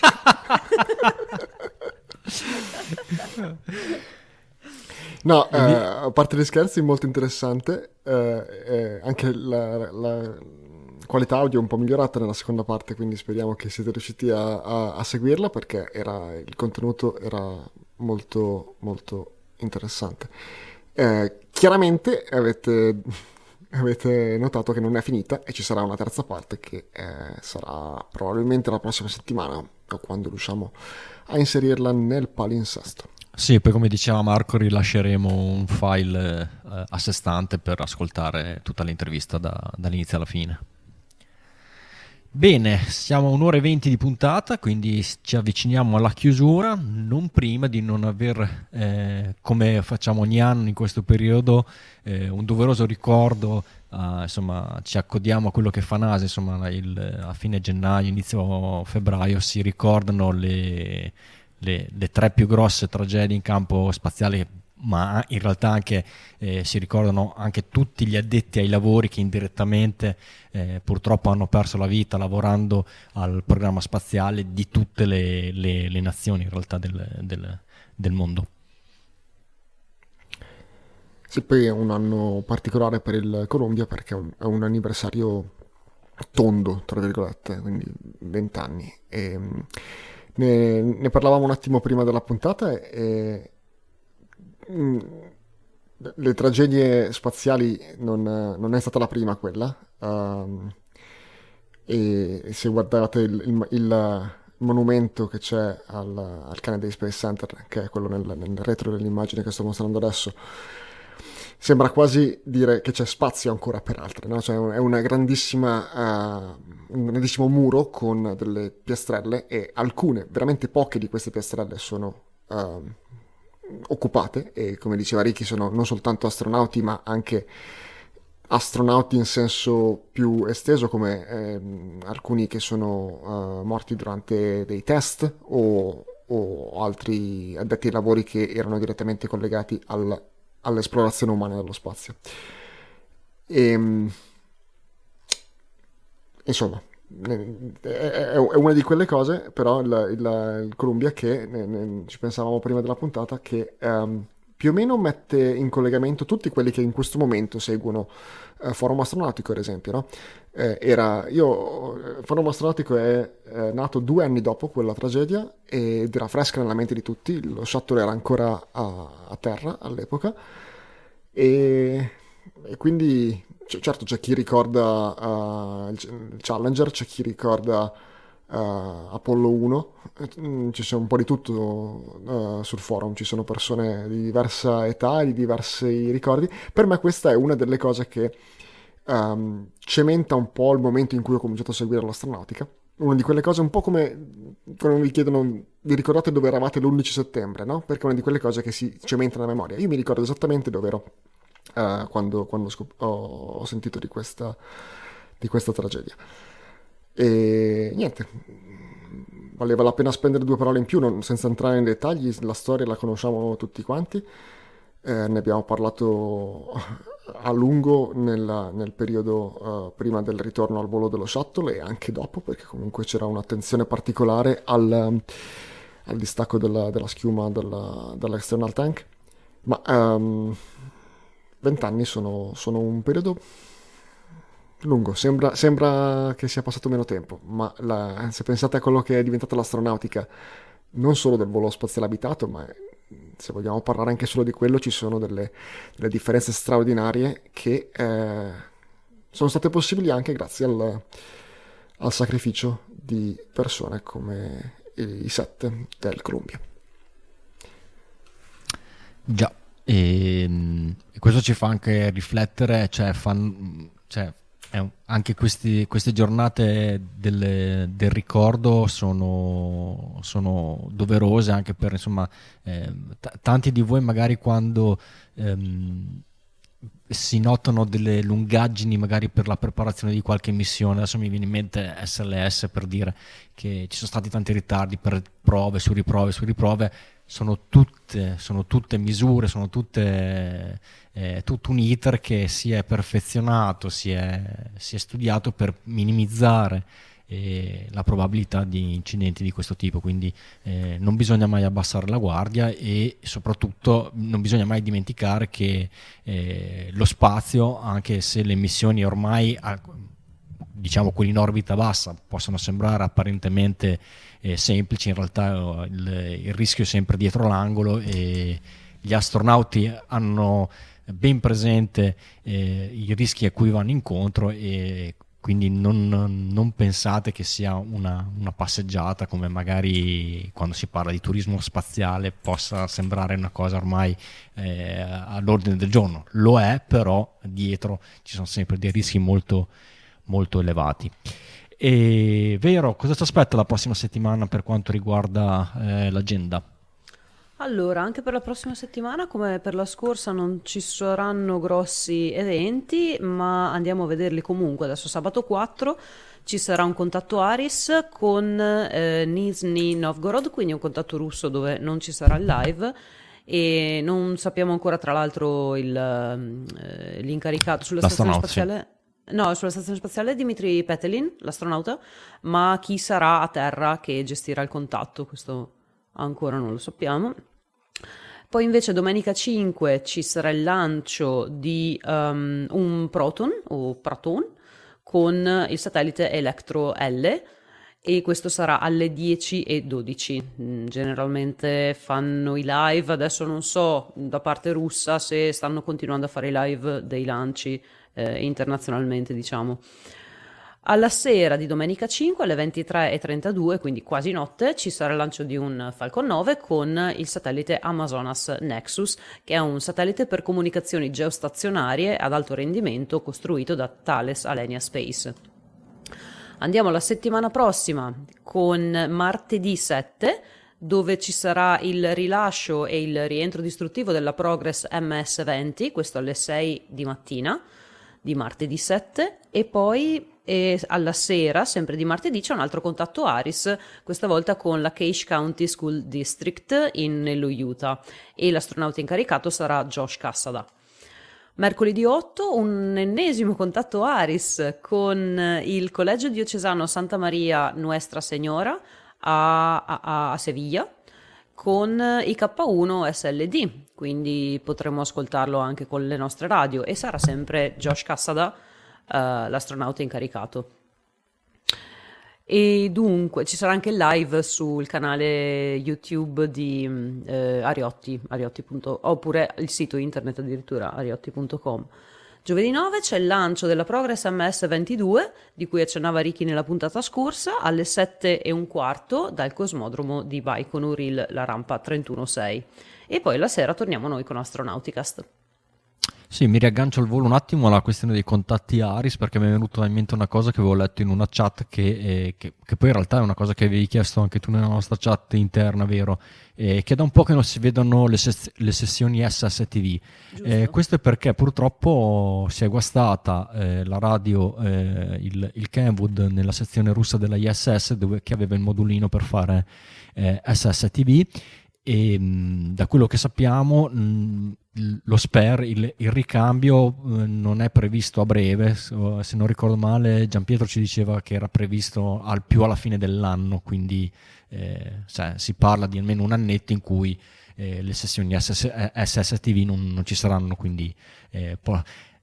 No, a parte gli scherzi, molto interessante. Anche la qualità audio è un po' migliorata nella seconda parte, quindi speriamo che siete riusciti a seguirla, perché il contenuto era molto molto interessante. Chiaramente avete notato che non è finita e ci sarà una terza parte che sarà probabilmente la prossima settimana, o quando riusciamo a inserirla nel palinsesto. Sì, poi come diceva Marco rilasceremo un file a sé stante per ascoltare tutta l'intervista dall'inizio alla fine. Bene, siamo a 1 ora e 20 di puntata, quindi ci avviciniamo alla chiusura, non prima di non aver, come facciamo ogni anno in questo periodo, un doveroso ricordo. Insomma, ci accodiamo a quello che fa NASA, insomma, a fine gennaio, inizio febbraio si ricordano le 3 più grosse tragedie in campo spaziale, ma in realtà anche si ricordano anche tutti gli addetti ai lavori che indirettamente purtroppo hanno perso la vita lavorando al programma spaziale di tutte le nazioni in realtà del mondo. Sì, poi è un anno particolare per il Columbia, perché è un anniversario tondo, tra virgolette, quindi 20 anni. E ne parlavamo un attimo prima della puntata e le tragedie spaziali non è stata la prima quella, e se guardate il monumento che c'è al Kennedy Space Center, che è quello nel retro dell'immagine che sto mostrando adesso, sembra quasi dire che c'è spazio ancora per altre, no? Cioè è un grandissimo muro con delle piastrelle, e alcune, veramente poche di queste piastrelle sono occupate, e come diceva Ricky sono non soltanto astronauti ma anche astronauti in senso più esteso, come alcuni che sono morti durante dei test o altri addetti ai lavori che erano direttamente collegati all'esplorazione umana dello spazio. Insomma, è una di quelle cose, però il Columbia, che ci pensavamo prima della puntata, che più o meno mette in collegamento tutti quelli che in questo momento seguono Forum Astronautico, ad esempio, no? Forum Astronautico è nato 2 anni dopo quella tragedia ed era fresca nella mente di tutti. Lo shuttle era ancora a terra all'epoca, e quindi certo c'è chi ricorda il Challenger, c'è chi ricorda Apollo 1, c'è un po' di tutto sul forum, ci sono persone di diversa età e di diversi ricordi. Per me questa è una delle cose che cementa un po' il momento in cui ho cominciato a seguire l'astronautica. Una di quelle cose un po' come quando vi chiedono: vi ricordate dove eravate l'11 settembre, no? Perché è una di quelle cose che si cementa nella memoria. Io mi ricordo esattamente dove ero quando ho sentito di questa tragedia. E niente, valeva la pena spendere 2 parole in più, senza entrare nei dettagli. La storia la conosciamo tutti quanti, ne abbiamo parlato a lungo nel periodo prima del ritorno al volo dello shuttle, e anche dopo, perché comunque c'era un'attenzione particolare al distacco della schiuma dall'external tank. Ma 20 anni sono un periodo lungo, sembra che sia passato meno tempo, ma se pensate a quello che è diventata l'astronautica, non solo del volo spaziale abitato, ma se vogliamo parlare anche solo di quello, ci sono delle differenze straordinarie che sono state possibili anche grazie al sacrificio di persone come i 7 del Columbia. Già, e questo ci fa anche riflettere, anche queste giornate del ricordo sono doverose anche per, insomma, tanti di voi magari quando si notano delle lungaggini magari per la preparazione di qualche missione. Adesso mi viene in mente SLS, per dire che ci sono stati tanti ritardi per prove su riprove. Sono tutte misure, sono tutto un iter che si è perfezionato, si è studiato per minimizzare la probabilità di incidenti di questo tipo, quindi non bisogna mai abbassare la guardia, e soprattutto non bisogna mai dimenticare che lo spazio, anche se le missioni ormai, diciamo quelli in orbita bassa, possono sembrare apparentemente semplici, in realtà il rischio è sempre dietro l'angolo, e gli astronauti hanno ben presente i rischi a cui vanno incontro, e quindi non pensate che sia una passeggiata, come magari quando si parla di turismo spaziale possa sembrare una cosa ormai all'ordine del giorno. Lo è, però dietro ci sono sempre dei rischi molto, molto elevati. E Vero, cosa ti aspetta la prossima settimana per quanto riguarda l'agenda? Allora, anche per la prossima settimana, come per la scorsa, non ci saranno grossi eventi, ma andiamo a vederli comunque. Adesso sabato 4 ci sarà un contatto Aris con Nizhny Novgorod, quindi un contatto russo dove non ci sarà il live, e non sappiamo ancora, tra l'altro, l'incaricato sulla stazione spaziale. No, sulla stazione spaziale è Dmitry Petelin, l'astronauta, ma chi sarà a terra che gestirà il contatto, questo ancora non lo sappiamo. Poi invece domenica 5 ci sarà il lancio di un Proton o Praton con il satellite Electro L, e questo sarà alle 10:12. Generalmente fanno i live, adesso non so da parte russa se stanno continuando a fare i live dei lanci internazionalmente, diciamo. Alla sera di domenica 5 alle 23:32, quindi quasi notte, ci sarà il lancio di un Falcon 9 con il satellite Amazonas Nexus, che è un satellite per comunicazioni geostazionarie ad alto rendimento costruito da Thales Alenia Space. Andiamo alla settimana prossima con martedì 7, dove ci sarà il rilascio e il rientro distruttivo della Progress MS-20, questo alle 6 di mattina di martedì 7, e poi alla sera, sempre di martedì, c'è un altro contatto Aris, questa volta con la Cache County School District nello Utah, e l'astronauta incaricato sarà Josh Cassada. Mercoledì 8 un ennesimo contatto Aris con il Collegio Diocesano Santa Maria Nuestra Señora a Sevilla, con i K1 SLD, quindi potremo ascoltarlo anche con le nostre radio, e sarà sempre Josh Cassada l'astronauta incaricato. E dunque ci sarà anche il live sul canale YouTube di Ariotti, oppure il sito internet addirittura ariotti.com. Giovedì 9 c'è il lancio della Progress MS-22, di cui accennava Ricky nella puntata scorsa, alle 7:15 dal cosmodromo di Baikonur, la rampa 31-6. E poi la sera torniamo noi con Astronauticast. Sì, mi riaggancio al volo un attimo alla questione dei contatti Aris, perché mi è venuta in mente una cosa che avevo letto in una chat che poi in realtà è una cosa che avevi chiesto anche tu nella nostra chat interna, Vero? Che da un po' che non si vedono le sessioni SSTV. Questo è perché purtroppo si è guastata la radio, il Kenwood nella sezione russa della ISS, che aveva il modulino per fare SSTV, e da quello che sappiamo lo spare, il ricambio non è previsto a breve. Se non ricordo male, Gianpietro ci diceva che era previsto più alla fine dell'anno, quindi si parla di almeno un annetto in cui le sessioni SSTV non ci saranno, quindi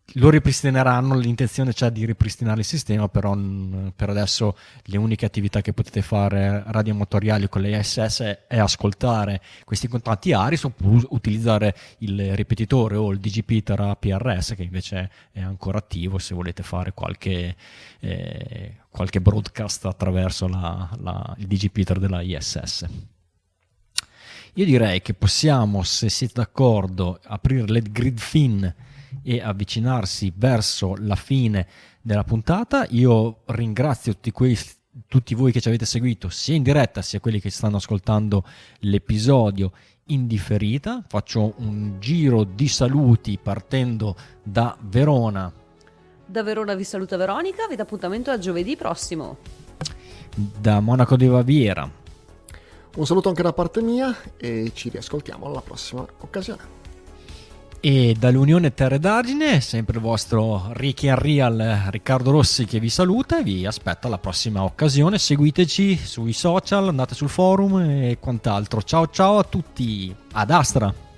lo ripristineranno, l'intenzione c'è di ripristinare il sistema, però per adesso le uniche attività che potete fare radioamatoriali con le ISS è ascoltare questi contatti ARIS oppure utilizzare il ripetitore o il Digipeater PRS, che invece è ancora attivo se volete fare qualche broadcast attraverso il Digipeater della ISS. Io direi che possiamo, se siete d'accordo, aprire le grid fin e avvicinarsi verso la fine della puntata. Io ringrazio tutti voi che ci avete seguito sia in diretta sia quelli che stanno ascoltando l'episodio in differita. Faccio un giro di saluti partendo da Verona. Da Verona vi saluta Veronica, vi dà appuntamento a giovedì prossimo. Da Monaco di Baviera un saluto anche da parte mia e ci riascoltiamo alla prossima occasione. E dall'Unione Terre d'Argine, sempre il vostro Ricky and Real Riccardo Rossi che vi saluta e vi aspetta alla prossima occasione. Seguiteci sui social, andate sul forum e quant'altro. Ciao ciao a tutti, ad Astra!